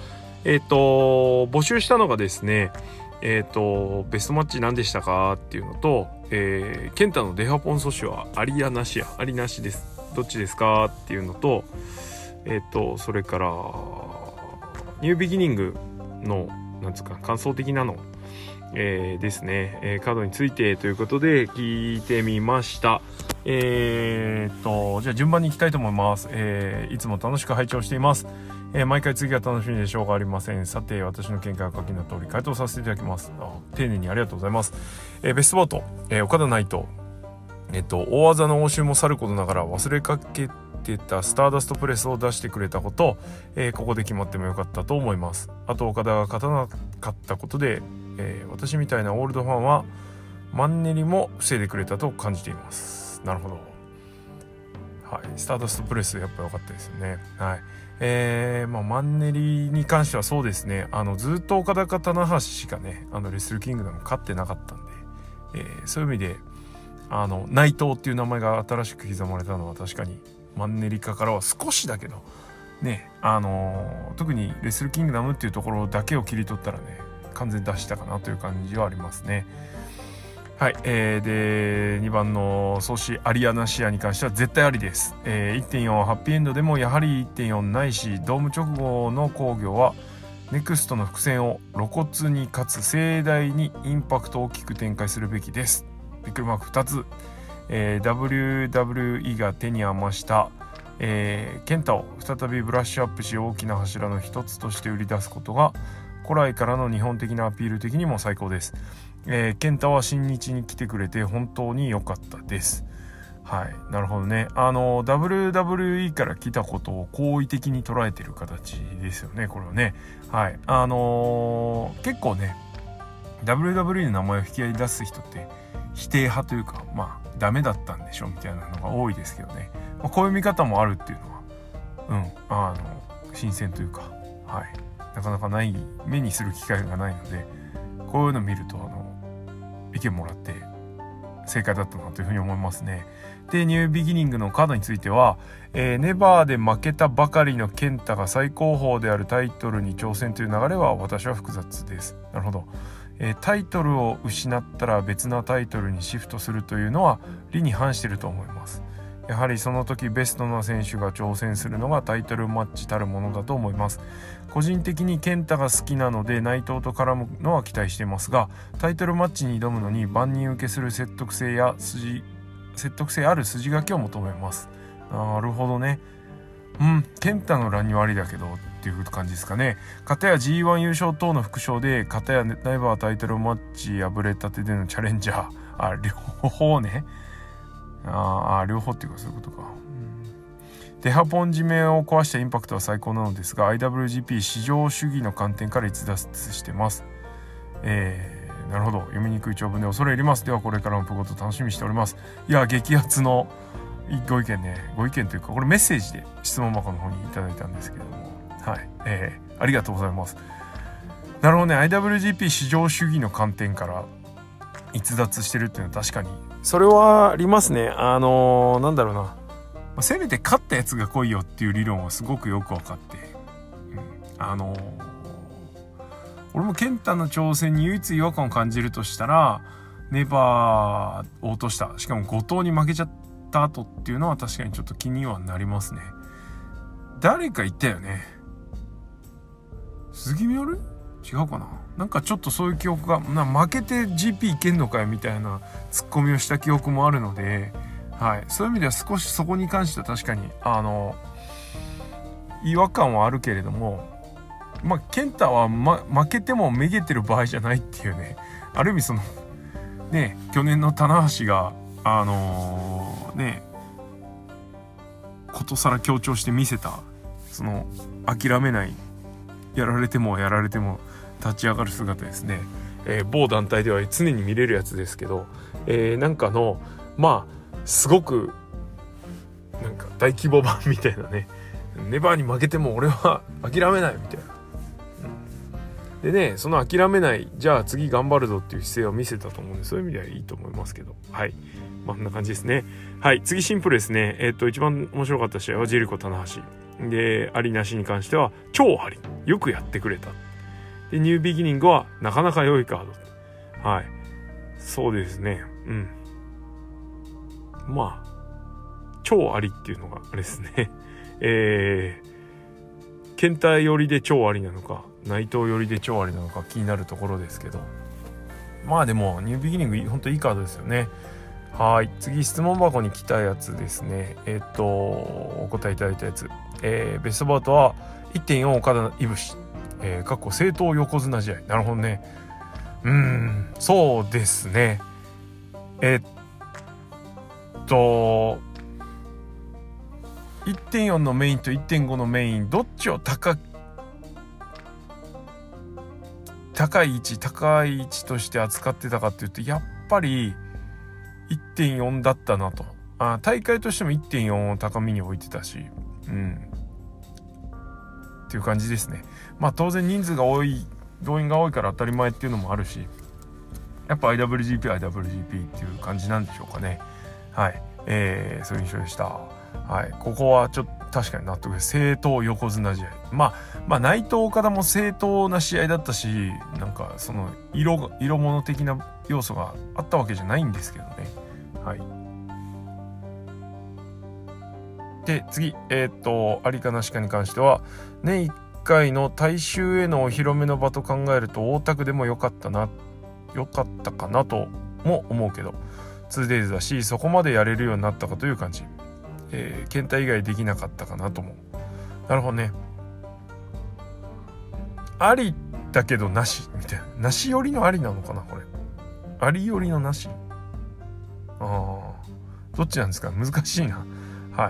えっと募集したのがですね、えっとベストマッチ何でしたかっていうのと、えー、ケンタのデハポン阻止はありやなしやありなしですどっちですかっていうのと、えっとそれからニュービギニングのなんつうか感想的なの、えー、ですね、えー、カードについてということで聞いてみました。えー、っとじゃあ順番に行きたいと思います。えー、いつも楽しく拝聴しています。えー、毎回次が楽しみでしょうがありません。さて私の見解は下記の通り回答させていただきます。あ丁寧にありがとうございます。えー、ベストボート、えー、岡田ナイト、えっと大技の応酬もさることながら忘れかけてたスターダストプレスを出してくれたこと、えー、ここで決まってもよかったと思います。あと岡田が勝たなかったことで、えー、私みたいなオールドファンはマンネリも防いでくれたと感じています。なるほど。はい、スターダストプレスやっぱ良かったですよね。はい。えー、まあマンネリに関してはそうですね。あのずっと岡田か棚橋しかね、あのレッスルキングダム勝ってなかったんで、えー、そういう意味であの内藤っていう名前が新しく刻まれたのは確かにマンネリ化からは少しだけどね、あのー、特にレッスルキングダムっていうところだけを切り取ったらね、完全に出したかなという感じはありますね。はい、えー、でにばんの創始アリアナシアに関しては絶対ありです。えー、いってんよん ハッピーエンドでもやはり いってんよん ないし、ドーム直後の興行はネクストの伏線を露骨にかつ盛大にインパクトを大きく展開するべきです。びっくりマークふたつ、えー、ダブリューダブリューイー が手に余した、えー、ケンタを再びブラッシュアップし大きな柱の一つとして売り出すことが古来からの日本的なアピール的にも最高です。えー、ケンタは新日に来てくれて本当に良かったです。はい、なるほどね。あの ダブリューダブリューイー から来たことを好意的に捉えてる形ですよね、これはね。はい、あのー、結構ね ダブリューダブリューイー の名前を引き合い出す人って否定派というか、まあダメだったんでしょみたいなのが多いですけどね。まあ、こういう見方もあるっていうのは、うん、あの新鮮というか、はい、なかなかない目にする機会がないので、こういうのを見るとあの意見もらって正解だったなというふうに思いますね。でニュービギニングのカードについては、えー、ネバーで負けたばかりのケンタが最高峰であるタイトルに挑戦という流れは私は複雑です。なるほど。えー、タイトルを失ったら別なタイトルにシフトするというのは理に反していると思います。やはりその時ベストな選手が挑戦するのがタイトルマッチたるものだと思います。個人的にケンタが好きなので内藤と絡むのは期待していますが、タイトルマッチに挑むのに万人受けする説得性や筋説得性ある筋書きを求めます。なるほどね。うん、ケンタの乱にはありだけどっていう感じですかね。片や ジーワン 優勝等の副賞で、片やネバータイトルマッチ敗れたてでのチャレンジャー、あ両方ね。ああ両方っていうかそういうことか。うん、デハポン締めを壊したインパクトは最高なのですが アイダブリュージーピー 至上主義の観点から逸脱してます。えー、なるほど。読みにくい長文で恐れ入ります。ではこれからもプゴト楽しみにしております。いや激アツのご意見ね、ご意見というかこれメッセージで質問箱の方にいただいたんですけども、はい、えー、ありがとうございます。なるほどね。 アイダブリュージーピー 至上主義の観点から逸脱してるっていうのは確かにそれはありますね。あのー、なんだろうな、まあ、せめて勝ったやつが来いよっていう理論はすごくよく分かって、うん、あのー、俺もケンタの挑戦に唯一違和感を感じるとしたらネバーを落とした、しかも後藤に負けちゃった後っていうのは確かにちょっと気にはなりますね。誰か言ったよね、鈴木みのる違うかな、なんかちょっとそういう記憶がな、負けて ジーピー いけんのかよみたいなツッコミをした記憶もあるので、はい、そういう意味では少しそこに関しては確かにあの違和感はあるけれども、まあケンタは、ま、負けてもめげてる場合じゃないっていうね、ある意味そのね去年の棚橋があのー、ねことさら強調して見せたその諦めない、やられてもやられても立ち上がる姿ですね。えー、某団体では常に見れるやつですけど、えー、なんかのまあすごくなんか大規模版みたいなね、ネバーに負けても俺は諦めないみたいな、うん、でねその諦めないじゃあ次頑張るぞっていう姿勢を見せたと思うんで、そういう意味ではいいと思いますけど、はい、まあ、こんな感じですね。はい、次シンプルですね。えっと一番面白かった試合はジェリコ棚橋で、ありなしに関しては超あり。 よくやってくれた。でニュービギニングはなかなか良いカード。はい、そうですね。うんまあ超ありっていうのがあれですねえー、ケンタ寄りで超ありなのか内藤寄りで超ありなのか気になるところですけど、まあでもニュービギニング本当いいカードですよね。はい、次質問箱に来たやつですね。えっとお答えいただいたやつ、えー、ベストバウトは いってんよん 岡田いぶし、えー、かっこ正統横綱試合。なるほどね。うーんそうですね。えっと いってんよん のメインと いってんご のメインどっちを高高い位置高い位置として扱ってたかっていうとやっぱり いってんよん だったなと。あ大会としても いってんよん を高みに置いてたし、うんっていう感じですね。まあ当然人数が多い動員が多いから当たり前っていうのもあるし、やっぱ アイダブリュージーピー アイダブリュージーピー っていう感じなんでしょうかね。はい、えー、そういう印象でした。はい、ここはちょっと確かに納得です。正統横綱試合。まあまあ内藤岡田も正統な試合だったし、なんかその色色物的な要素があったわけじゃないんですけどね。はい。で次えっ、ー、とありかなしかに関しては年いっかいの大衆へのお披露目の場と考えると大田区でも良かったな良かったかなとも思うけど ツーデイズ だしそこまでやれるようになったかという感じ。えー、検体以外できなかったかなとも。なるほどね。ありだけどなしみたいな。なし寄りのありなのかなこれ。あり寄りのなし。ああ、どっちなんですか。難しいな。はい。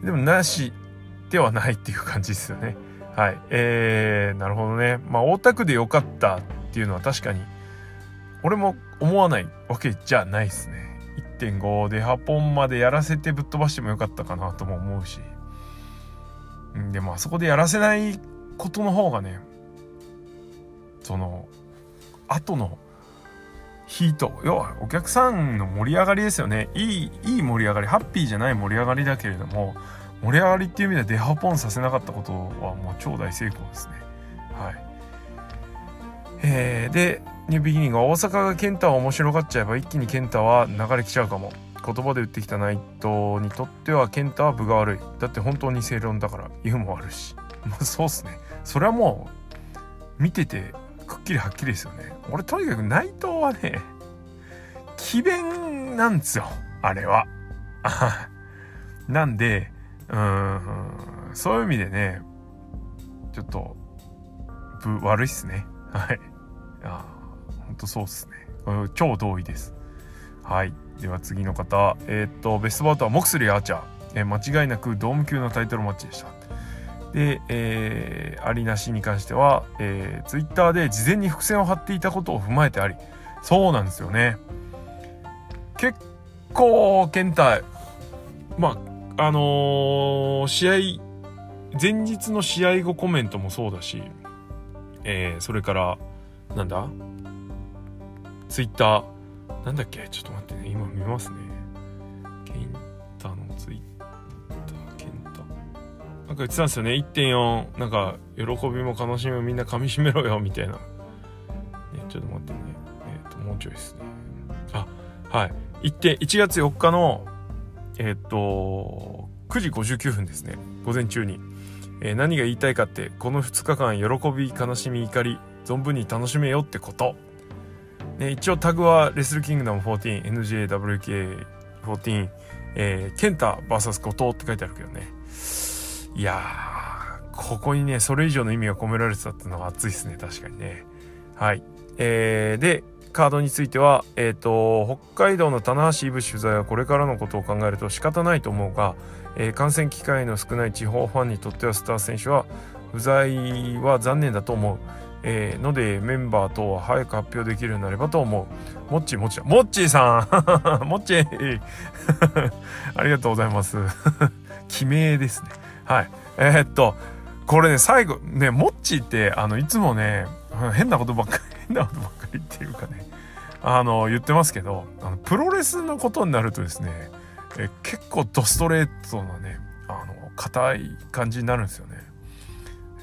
でもなしではないっていう感じですよね。はい。えー、なるほどね。まあ大田区で良かったっていうのは確かに俺も思わないわけじゃないですね。いってんご ではポンまでやらせてぶっ飛ばしてもよかったかなとも思うし、でもあそこでやらせないことの方がね、その後のヒート、要はお客さんの盛り上がりですよね。いいいい盛り上がり、ハッピーじゃない盛り上がりだけれども、盛り上がりっていう意味ではデハポンさせなかったことはもう超大成功ですね。はい。えー、でニュービギニングは大阪がケンタを面白がっちゃえば一気にケンタは流れ来ちゃうかも。言葉で打ってきた内藤にとってはケンタは分が悪い。だって本当に正論だから言うもあるし、まあ、そうっすね。それはもう見ててくっきりはっきりですよね。俺とにかく内藤はね詭弁なんですよあれはなんでうーんそういう意味でねちょっとぶ悪いっすね。はい。あ本当そうっすね。超同意です。はい。では次の方、えー、っとベストバウトはモクスリーアーチャー、えー、間違いなくドーム級のタイトルマッチでした。で、えー、ありなしに関しては、えー、ツイッターで事前に伏線を張っていたことを踏まえてあり、そうなんですよね。結構検体、まああのー、試合前日の試合後コメントもそうだし、えー、それからなんだツイッターなんだっけ、ちょっと待ってね、今見ますね。ケンタのツイッター、ケンタなんか言ってたんですよね。 いってんよん なんか喜びも悲しみもみんな噛み締めろよみたいな、ね、ちょっと待ってね、えっともうちょいですね。あはいいっていちがつよっかのえっとくじごじゅうきゅうふんですね、午前中に、えー、何が言いたいかってこのふつかかん喜び悲しみ怒り存分に楽しめよってこと、ね、一応タグはレスルキングダムじゅうよん エヌジェーダブリューケーじゅうよん、えー、ケンタ ブイエス 後藤って書いてあるけどね、いやーここにねそれ以上の意味が込められてたっていうのは熱いですね。確かにね。はい、えー、でカードについては、えーと、北海道の棚橋イブ取材はこれからのことを考えると仕方ないと思うが、えー、観戦機会の少ない地方ファンにとってはスター選手は不在は残念だと思う、えー、のでメンバー等は早く発表できるようになればと思う。もっちーもっちーもっちーさんもっちーありがとうございます記名ですね。はいえー、っとこれね最後ねもっちーってあのいつもね変なことばっかり変なことばっかりっていうかねあの言ってますけど、あのプロレスのことになるとですねえ結構ドストレートなねあの硬い感じになるんですよね。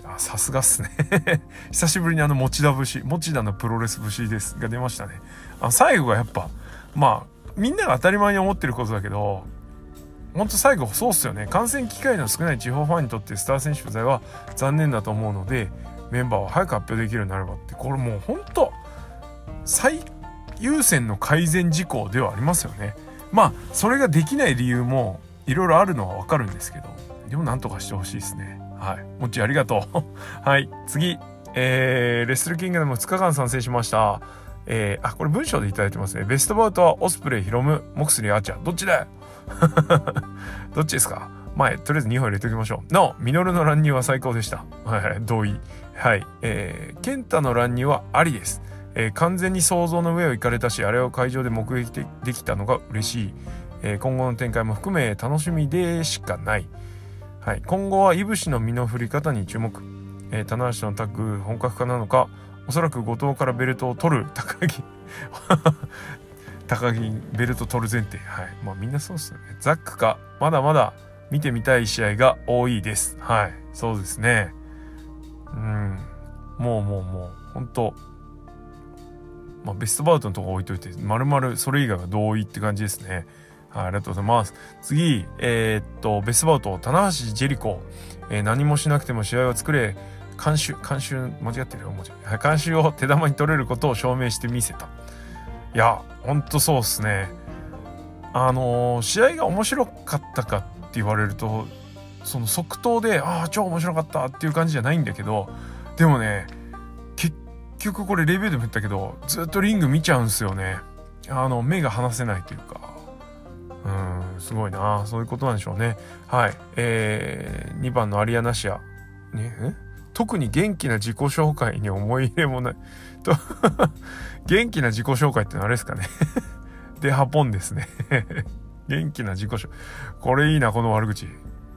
あ、さすがっすね久しぶりにあの持田節、持田のプロレス節ですが出ましたね。あの最後がやっぱまあみんなが当たり前に思ってることだけど、ほんと最後そうっすよね。観戦機会の少ない地方ファンにとってスター選手不在は残念だと思うので、メンバーを早く発表できるようになればって、これもうほんと最優先の改善事項ではありますよね。まあそれができない理由もいろいろあるのはわかるんですけど、でもなんとかしてほしいですね。はい、もっちありがとうはい次、えー、レッスルキングダムふつかかん参戦しました。えー、あこれ文章でいただいてますね。ベストバウトはオスプレイ、ヒロム、モクスリー、アーチャー、どっちだよどっちですか。前とりあえずにほん入れておきましょう。のミノルの乱入は最高でした。はい、同意。はい、えー、ケンタの乱入はありです。えー、完全に想像の上を行かれたし、あれを会場で目撃できたのが嬉しい。えー、今後の展開も含め楽しみでしかない。はい、今後はいぶしの身の振り方に注目。えー、棚橋のタッグ本格化なのか、おそらく後藤からベルトを取る高木高木ベルト取る前提。はい、まあみんなそうですよね。ザックか、まだまだ見てみたい試合が多いです。はい、そうですね。うん、もうもうもう本当、まあベストバウトのとこ置いといて、まるまるそれ以外は同意って感じですね。はい、ありがとうございます。次、えー、っとベストバウト棚橋ジェリコ、えー、何もしなくても試合を作れ、監修監修間違ってるよ文字、はい、監修を手玉に取れることを証明してみせた。いやほんとそうっすね。あのー、試合が面白かったかって言われると、その即答でああ超面白かったっていう感じじゃないんだけど、でもね結局これレビューでも言ったけど、ずっとリング見ちゃうんすよね。あの目が離せないというか、うんすごいな、そういうことなんでしょうね。はい、えー、にばんのアリアナシア、ね、特に元気な自己紹介に思い入れもないと元気な自己紹介ってのはあれですかねでハポンですね元気な自己紹介、これいいなこの悪口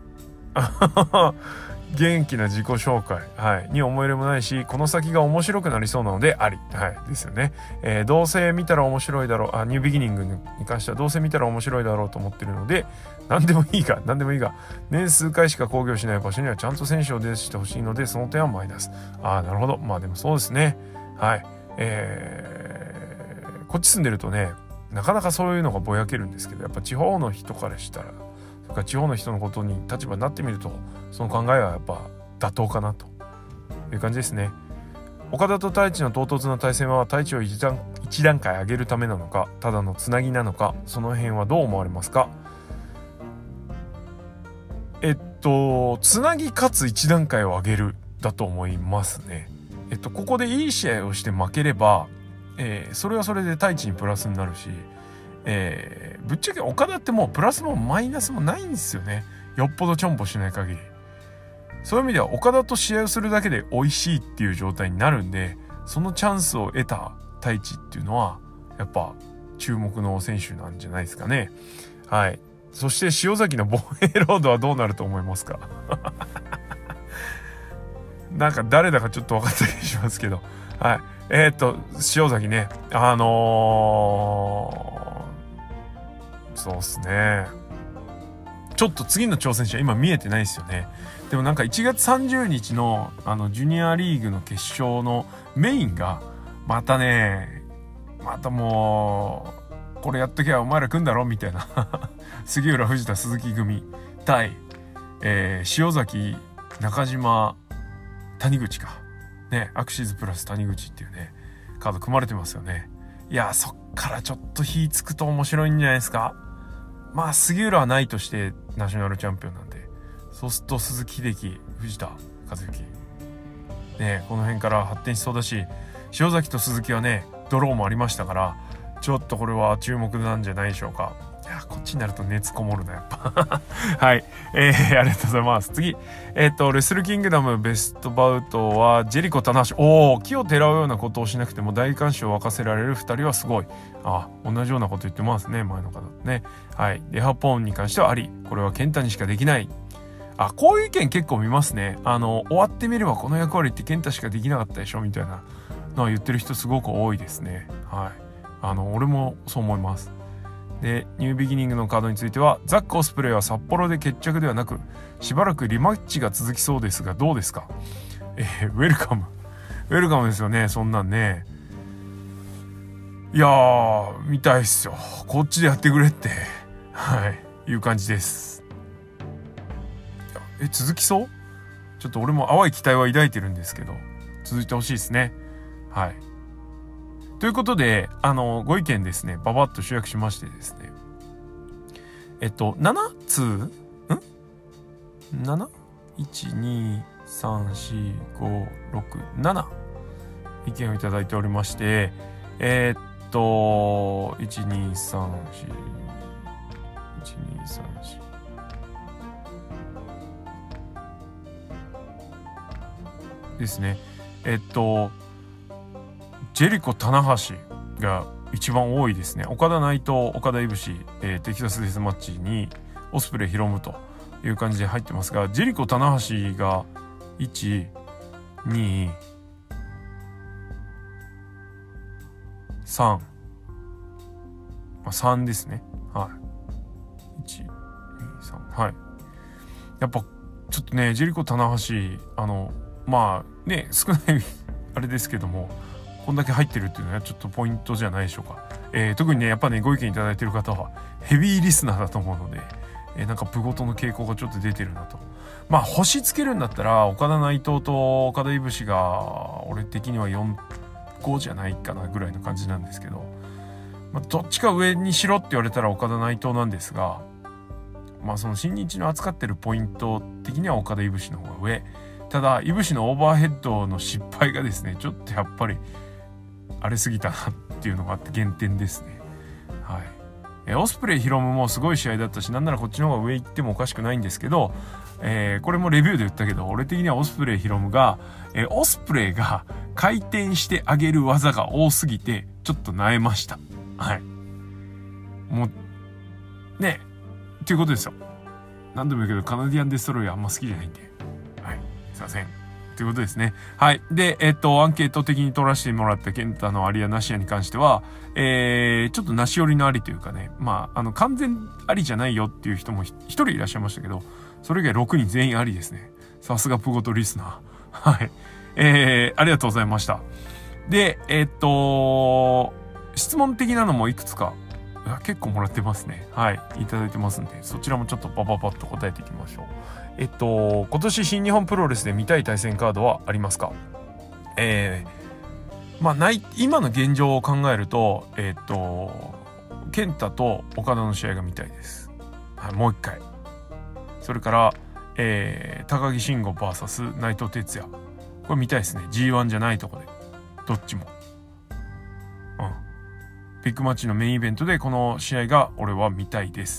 元気な自己紹介、はい、に思い入れもないし、この先が面白くなりそうなのであり、はい、ですよね。えー、どうせ見たら面白いだろう、あニュービギニングに関してはどうせ見たら面白いだろうと思ってるので、何でもいいが何でもいいが年数回しか興行しない場所にはちゃんと選手を出してほしいので、その点はマイナス。ああなるほど、まあでもそうですね。はい、えー、こっち住んでるとねなかなかそういうのがぼやけるんですけど、やっぱ地方の人からしたら、それから地方の人のことに立場になってみると、その考えはやっぱ妥当かなという感じですね。岡田と太一の唐突な対戦は太一を一段、一段階上げるためなのか、ただのつなぎなのか、その辺はどう思われますか。えっとつなぎかつ一段階を上げるだと思いますね。えっとここでいい試合をして負ければ、えー、それはそれで太一にプラスになるし、えー、ぶっちゃけ岡田ってもうプラスもマイナスもないんですよね。よっぽどチョンボしない限り。そういう意味では岡田と試合をするだけで美味しいっていう状態になるんで、そのチャンスを得た太一っていうのはやっぱ注目の選手なんじゃないですかね。はい。そして塩崎の防衛ロードはどうなると思いますかなんか誰だかちょっと分かったりしますけど、はい。えー、っと塩崎ね、あのー、そうっすね。ちょっと次の挑戦者今見えてないですよね。でもなんかいちがつさんじゅうにちのあのジュニアリーグの決勝のメインがまたね、またもうこれやっときゃお前ら来んだろみたいな杉浦藤田鈴木組対、えー、塩崎中島谷口かね、アクシズプラス谷口っていうねカード組まれてますよね。いやそっからちょっと火つくと面白いんじゃないですか。まあ杉浦はないとしてナショナルチャンピオンなんで、そうすると鈴木秀樹、藤田和幸ね、この辺から発展しそうだし、塩崎と鈴木はねドローもありましたから、ちょっとこれは注目なんじゃないでしょうか。いやこっちになると熱こもるなやっぱはい、えー、ありがとうございます。次、えっ、ー、とレスルキングダムベストバウトはジェリコ棚橋。おお、木をてらうようなことをしなくても大観衆を沸かせられるふたりはすごい。あ、同じようなこと言ってますね、前の方ね。はい、レハポンに関してはあり、これはケンタにしかできない。あ、こういう意見結構見ますね。あの終わってみればこの役割ってケンタしかできなかったでしょみたいなのは言ってる人すごく多いですね。はい、あの俺もそう思います。でニュービギニングのカードについては、ザック・オスプレイは札幌で決着ではなくしばらくリマッチが続きそうですがどうですか。 えー、ウェルカムウェルカムですよね。そんなんね、いやー見たいっすよ。こっちでやってくれってはいいう感じです。え続きそう？ちょっと俺も淡い期待は抱いてるんですけど、続いてほしいですね。はい。ということで、あのご意見ですね、ババッと集約しましてですね、えっとななつん なな?いち、に、さん、よん、ご、ろく、なな意見をいただいておりまして、えー、っといち、に、さん、よん いち、に、さん、よんですね。えっとジェリコ棚橋が一番多いですね。岡田内藤、岡田いぶし、えー、テキサスデスマッチにオスプレイヒロムという感じで入ってますが、ジェリコ棚橋がいち、に、さん、まあ、さんですね。はい。いち、に、さん、はい。やっぱちょっとね、ジェリコ棚橋、あのまあね少ないあれですけども、こんだけ入ってるっていうのはちょっとポイントじゃないでしょうか。えー、特にねやっぱねご意見いただいてる方はヘビーリスナーだと思うので、えー、なんか部ごとの傾向がちょっと出てるなと。まあ星つけるんだったら岡田内藤と岡田いぶしが俺的にはよん、ごじゃないかなぐらいの感じなんですけど、まあ、どっちか上にしろって言われたら岡田内藤なんですが、まあその新日の扱ってるポイント的には岡田いぶしの方が上。ただいぶしのオーバーヘッドの失敗がですねちょっとやっぱり荒れすぎたなっていうのがあって減点ですね。はい。えオスプレイヒロムもすごい試合だったし、なんならこっちの方が上行ってもおかしくないんですけど、えー、これもレビューで言ったけど、俺的にはオスプレイヒロムが、えー、オスプレイが回転してあげる技が多すぎてちょっと萎えました。はい。もうねっていうことですよ。何度も言うけどカナディアンデストロイヤーあんま好きじゃないんで、はい、すいませんということですね。はい。で、えっと、アンケート的に取らせてもらったケンタのアリアナシアに関しては、えー、ちょっとなし寄りのありというかね、まあ、あの、完全ありじゃないよっていう人も一人いらっしゃいましたけど、それ以外ろくにん全員ありですね。さすがプゴトリスナー。はい。えー、ありがとうございました。で、えっと、質問的なのもいくつか、いや結構もらってますね。はい。いただいてますんで、そちらもちょっとパパパッと答えていきましょう。えっと、今年新日本プロレスで見たい対戦カードはありますか？えー、まあない、今の現状を考えると、えっと、健太と岡田の試合が見たいです。はい、もう一回。それから、えー、高木慎吾 ブイエス 内藤哲也。これ見たいですね。ジーワン じゃないとこで。どっちも。うん。ビッグマッチのメインイベントでこの試合が俺は見たいです。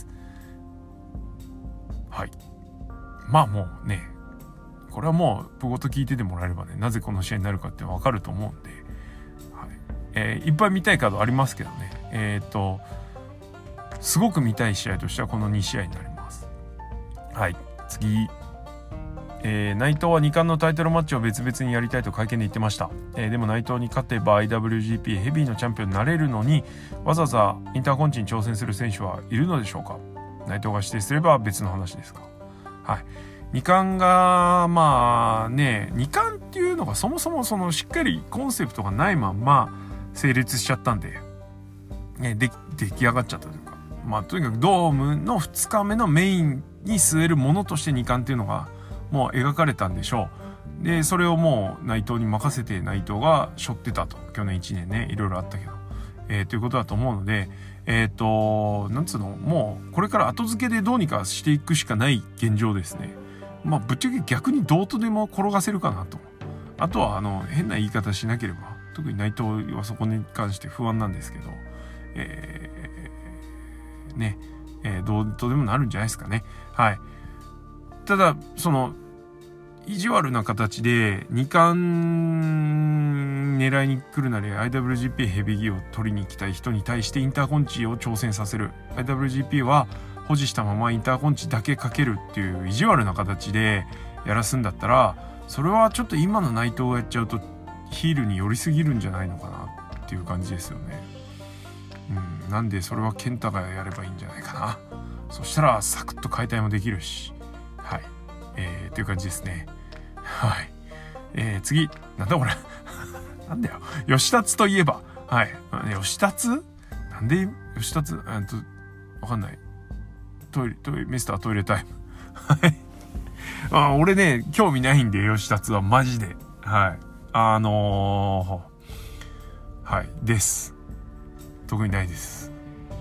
はい。まあもうね、これはもうプゴと聞いててもらえればね、なぜこの試合になるかって分かると思うんで、はい、えー、いっぱい見たいカードありますけどね、えっとすごく見たい試合としてはこのに試合になります。はい。次、えー、内藤はに冠のタイトルマッチを別々にやりたいと会見で言ってました。えー、でも内藤に勝てば アイダブリュージーピー ヘビーのチャンピオンになれるのに、わざわざインターコンチに挑戦する選手はいるのでしょうか？内藤が指定すれば別の話ですか？はい。に冠がまあね、に冠っていうのがそもそもそのしっかりコンセプトがないまんま成立しちゃったんで、ね、で出来上がっちゃったというか、まあとにかくドームのふつかめのメインに据えるものとしてに冠っていうのがもう描かれたんでしょう。でそれをもう内藤に任せて内藤が背負ってたと。去年いちねんねいろいろあったけど、えー、ということだと思うので、えっとなんつうの、もうこれから後付けでどうにかしていくしかない現状ですね。まあぶっちゃけ逆にどうとでも転がせるかなと。あとはあの変な言い方しなければ、特に内藤はそこに関して不安なんですけど、えー、ね、えー、どうとでもなるんじゃないですかね。はい。ただその意地悪な形でに冠狙いに来るなり アイダブリュージーピー ヘビーギを取りに行きたい人に対してインターコンチを挑戦させる。 アイダブリュージーピー は保持したままインターコンチだけかけるっていう意地悪な形でやらすんだったら、それはちょっと今の内藤がやっちゃうとヒールに寄りすぎるんじゃないのかなっていう感じですよね。うん、なんでそれは健太がやればいいんじゃないかな。そしたらサクッと解体もできるし、はい、えー、っていう感じですね。はい。 えー、次なんだこれなんだよ吉達といえばはい吉達なんで吉達えっとわかんないトイレトイレミスタートイレタイムはいあ俺ね興味ないんで吉達はマジではいあのー、はいです特にないです。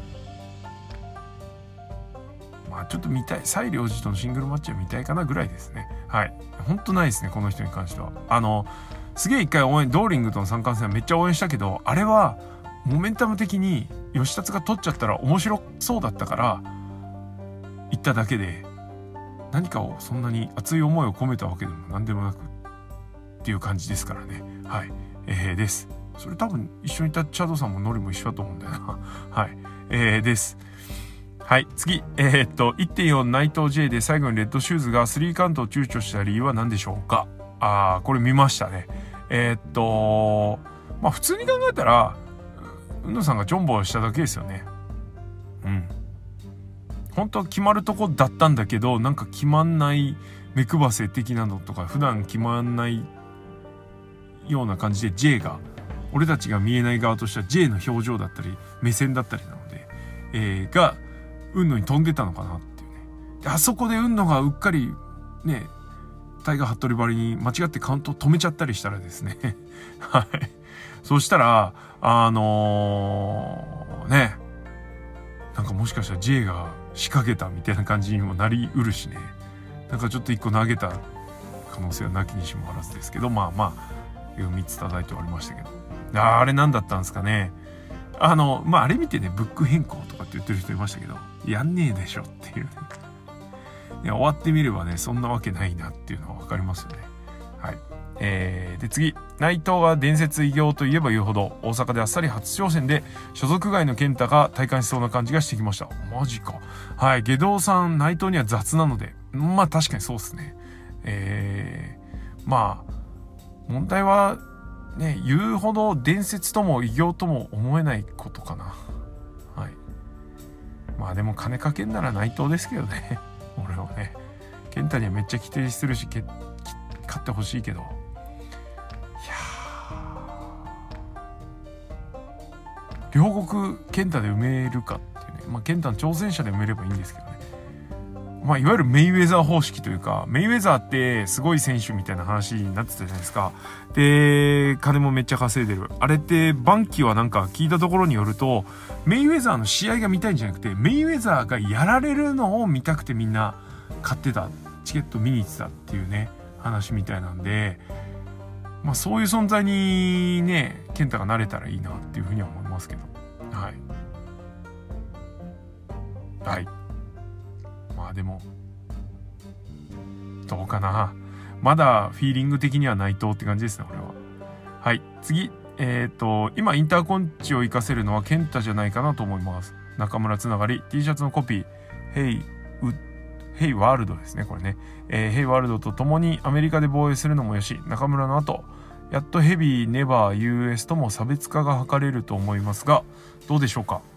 まあちょっと見たい西良寺とのシングルマッチは見たいかなぐらいですね。はいほんとないですねこの人に関しては。あのすげえ一回応援ドーリングとの三冠戦めっちゃ応援したけどあれはモメンタム的に吉達が取っちゃったら面白そうだったから言っただけで何かをそんなに熱い思いを込めたわけでも何でもなくっていう感じですからね。はい、えー、です。それ多分一緒にいたチャドさんもノリも一緒だと思うんだよなはい、えー、です。はい次えー、っと いってんよん 内藤 J で最後にレッドシューズがスリーカウントを躊躇した理由は何でしょうか。あーこれ見ましたね。えー、っとまあ普通に考えたら宇野さんがジョンボをしただけですよね。うん本当は決まるとこだったんだけどなんか決まんない目配せ的なのとか普段決まんないような感じで J が俺たちが見えない側としては J の表情だったり目線だったりなので、えー、が雲野に飛んでたのかなっていうね。であそこで雲野がうっかりねタイガー服部ばりに間違ってカウントを止めちゃったりしたらですねはいそうしたらあのー、ねなんかもしかしたら J が仕掛けたみたいな感じにもなりうるしねなんかちょっと一個投げた可能性はなきにしもあらずですけどまあまあみっつ叩いておりましたけどあ, あれ何だったんですかね。あのまああれ見てねブック変更とかって言ってる人いましたけどやんねえでしょっていうねいや終わってみればねそんなわけないなっていうのは分かりますよね。はい、えー、で次内藤が伝説偉業といえば言うほど大阪であっさり初挑戦で所属外の健太が体感しそうな感じがしてきました。マジか。はい下道さん内藤には雑なのでまあ確かにそうですね。えー、まあ問題はね言うほど伝説とも偉業とも思えないことかな。はいまあでも金かけんなら内藤ですけどね俺はね健太にはめっちゃ期待するしけ勝ってほしいけどいや両国健太で埋めるかっていうねまあ健太の挑戦者で埋めればいいんですけどね。まあいわゆるメイウェザー方式というかメイウェザーってすごい選手みたいな話になってたじゃないですか。で金もめっちゃ稼いでるあれってバンキはなんか聞いたところによるとメイウェザーの試合が見たいんじゃなくてメイウェザーがやられるのを見たくてみんな買ってたチケット見に行ってたっていうね話みたいなんでまあそういう存在にね健太がなれたらいいなっていうふうには思いますけどはいはいまあでもどうかなまだフィーリング的には内藤って感じですね俺は。はい次えっ、ー、と今インターコンチを活かせるのは健太じゃないかなと思います。中村つながり T シャツのコピーヘイウヘイワールドですねこれね、えー、ヘイワールドと共にアメリカで防衛するのもよし中村の後やっとヘビーネバー ユーエス とも差別化が図れると思いますがどうでしょうか。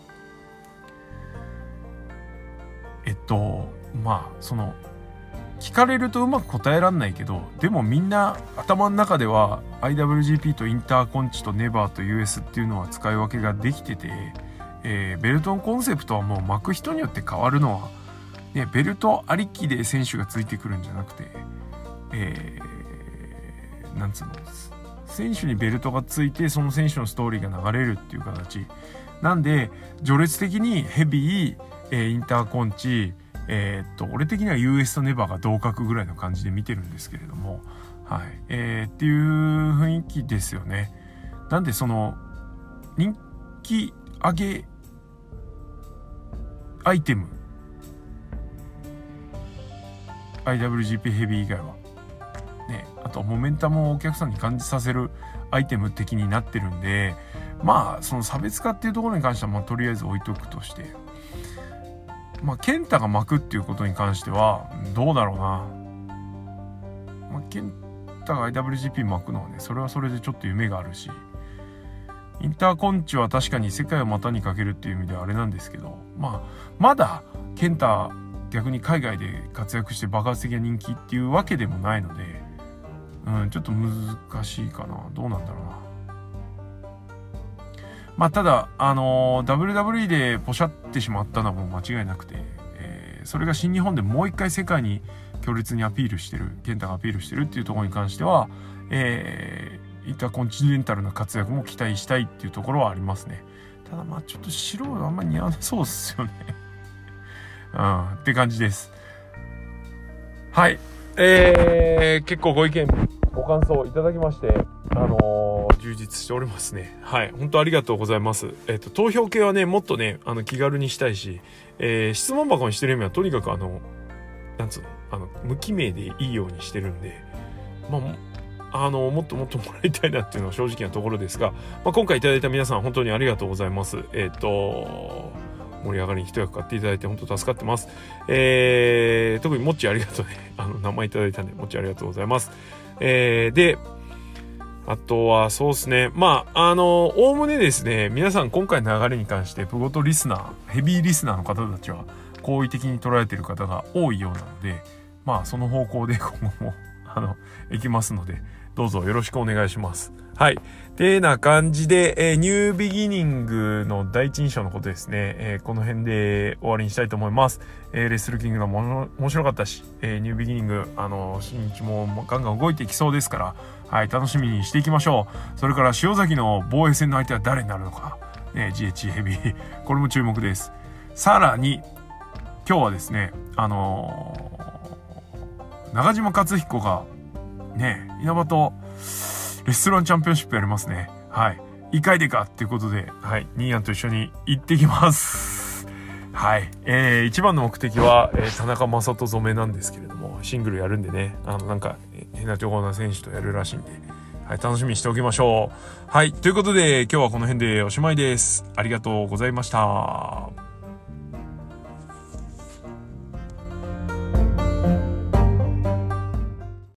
えっとまあその聞かれるとうまく答えらんないけどでもみんな頭の中では アイダブリュージーピー とインターコンチとネバーと ユーエス っていうのは使い分けができてて、えー、ベルトのコンセプトはもう巻く人によって変わるのは、ね、ベルトありきで選手がついてくるんじゃなくて、えー、なんつうの選手にベルトがついてその選手のストーリーが流れるっていう形なんで序列的にヘビー、えー、インターコンチえー、っと俺的には ユーエス とネバーが同格ぐらいの感じで見てるんですけれども、はいえー、っていう雰囲気ですよね。なんでその人気上げアイテム アイダブリュージーピー ヘビー以外はねあとモメンタムをお客さんに感じさせるアイテム的になってるんでまあその差別化っていうところに関してはまあとりあえず置いとくとしてまあ、健太が巻くっていうことに関してはどうだろうな。まあ、健太が アイダブリュージーピー 巻くのはねそれはそれでちょっと夢があるしインターコンチは確かに世界を股にかけるっていう意味ではあれなんですけどまあまだ健太逆に海外で活躍して爆発的な人気っていうわけでもないのでうん、ちょっと難しいかな。どうなんだろうな。まあ、ただ、あのー、ダブリューダブリューイー でポシャってしまったのはもう間違いなくて、えー、それが新日本でもう一回世界に強烈にアピールしてる、健太がアピールしてるっていうところに関しては、えー、インターコンチネンタルな活躍も期待したいっていうところはありますね。ただまあちょっと白あんまり似合わなそうですよね。うん、って感じです。はい。えー、結構ご意見、ご感想いただきまして、あのー、充実しておりますね。はい。本当ありがとうございます。えっと、投票系はね、もっとね、あの、気軽にしたいし、えー、質問箱にしてる意味は、とにかくあの、なんつうの、あの、無記名でいいようにしてるんで、まあ、あの、もっともっともらいたいなっていうのは正直なところですが、まあ、今回いただいた皆さん、本当にありがとうございます。えっと、盛り上がりに一役買っていただいて本当助かってます。えー、特にもっちありがとうね。あの、名前いただいたんで、もっちありがとうございます。えー、で、あとはそうですね。まあ、あの、おおむねですね、皆さん今回の流れに関して、プゴトリスナー、ヘビーリスナーの方たちは、好意的に捉えている方が多いようなので、まあ、その方向で今後も、あの、いきますので、どうぞよろしくお願いします。はい。てな感じで、えー、ニュービギニングの第一印象のことですね、えー、この辺で終わりにしたいと思います。えー、レッスルキングがも面白かったし、えー、ニュービギニング、あの、新日もガンガン動いていきそうですから、はい、楽しみにしていきましょう。それから塩崎の防衛戦の相手は誰になるのか、ね、ジーエイチ ヘビー、これも注目です。さらに、今日はですね、あのー、中島克彦が、ね、稲葉とレッスルワンチャンピオンシップやりますね。はい。いかいでかっていうことで、はい。ニーヤンと一緒に行ってきます。はい。えー、一番の目的は、えー、田中将人染めなんですけれども、シングルやるんでね、あの、なんか、変な情報な選手とやるらしいんで、はい。楽しみにしておきましょう。はい。ということで、今日はこの辺でおしまいです。ありがとうございました。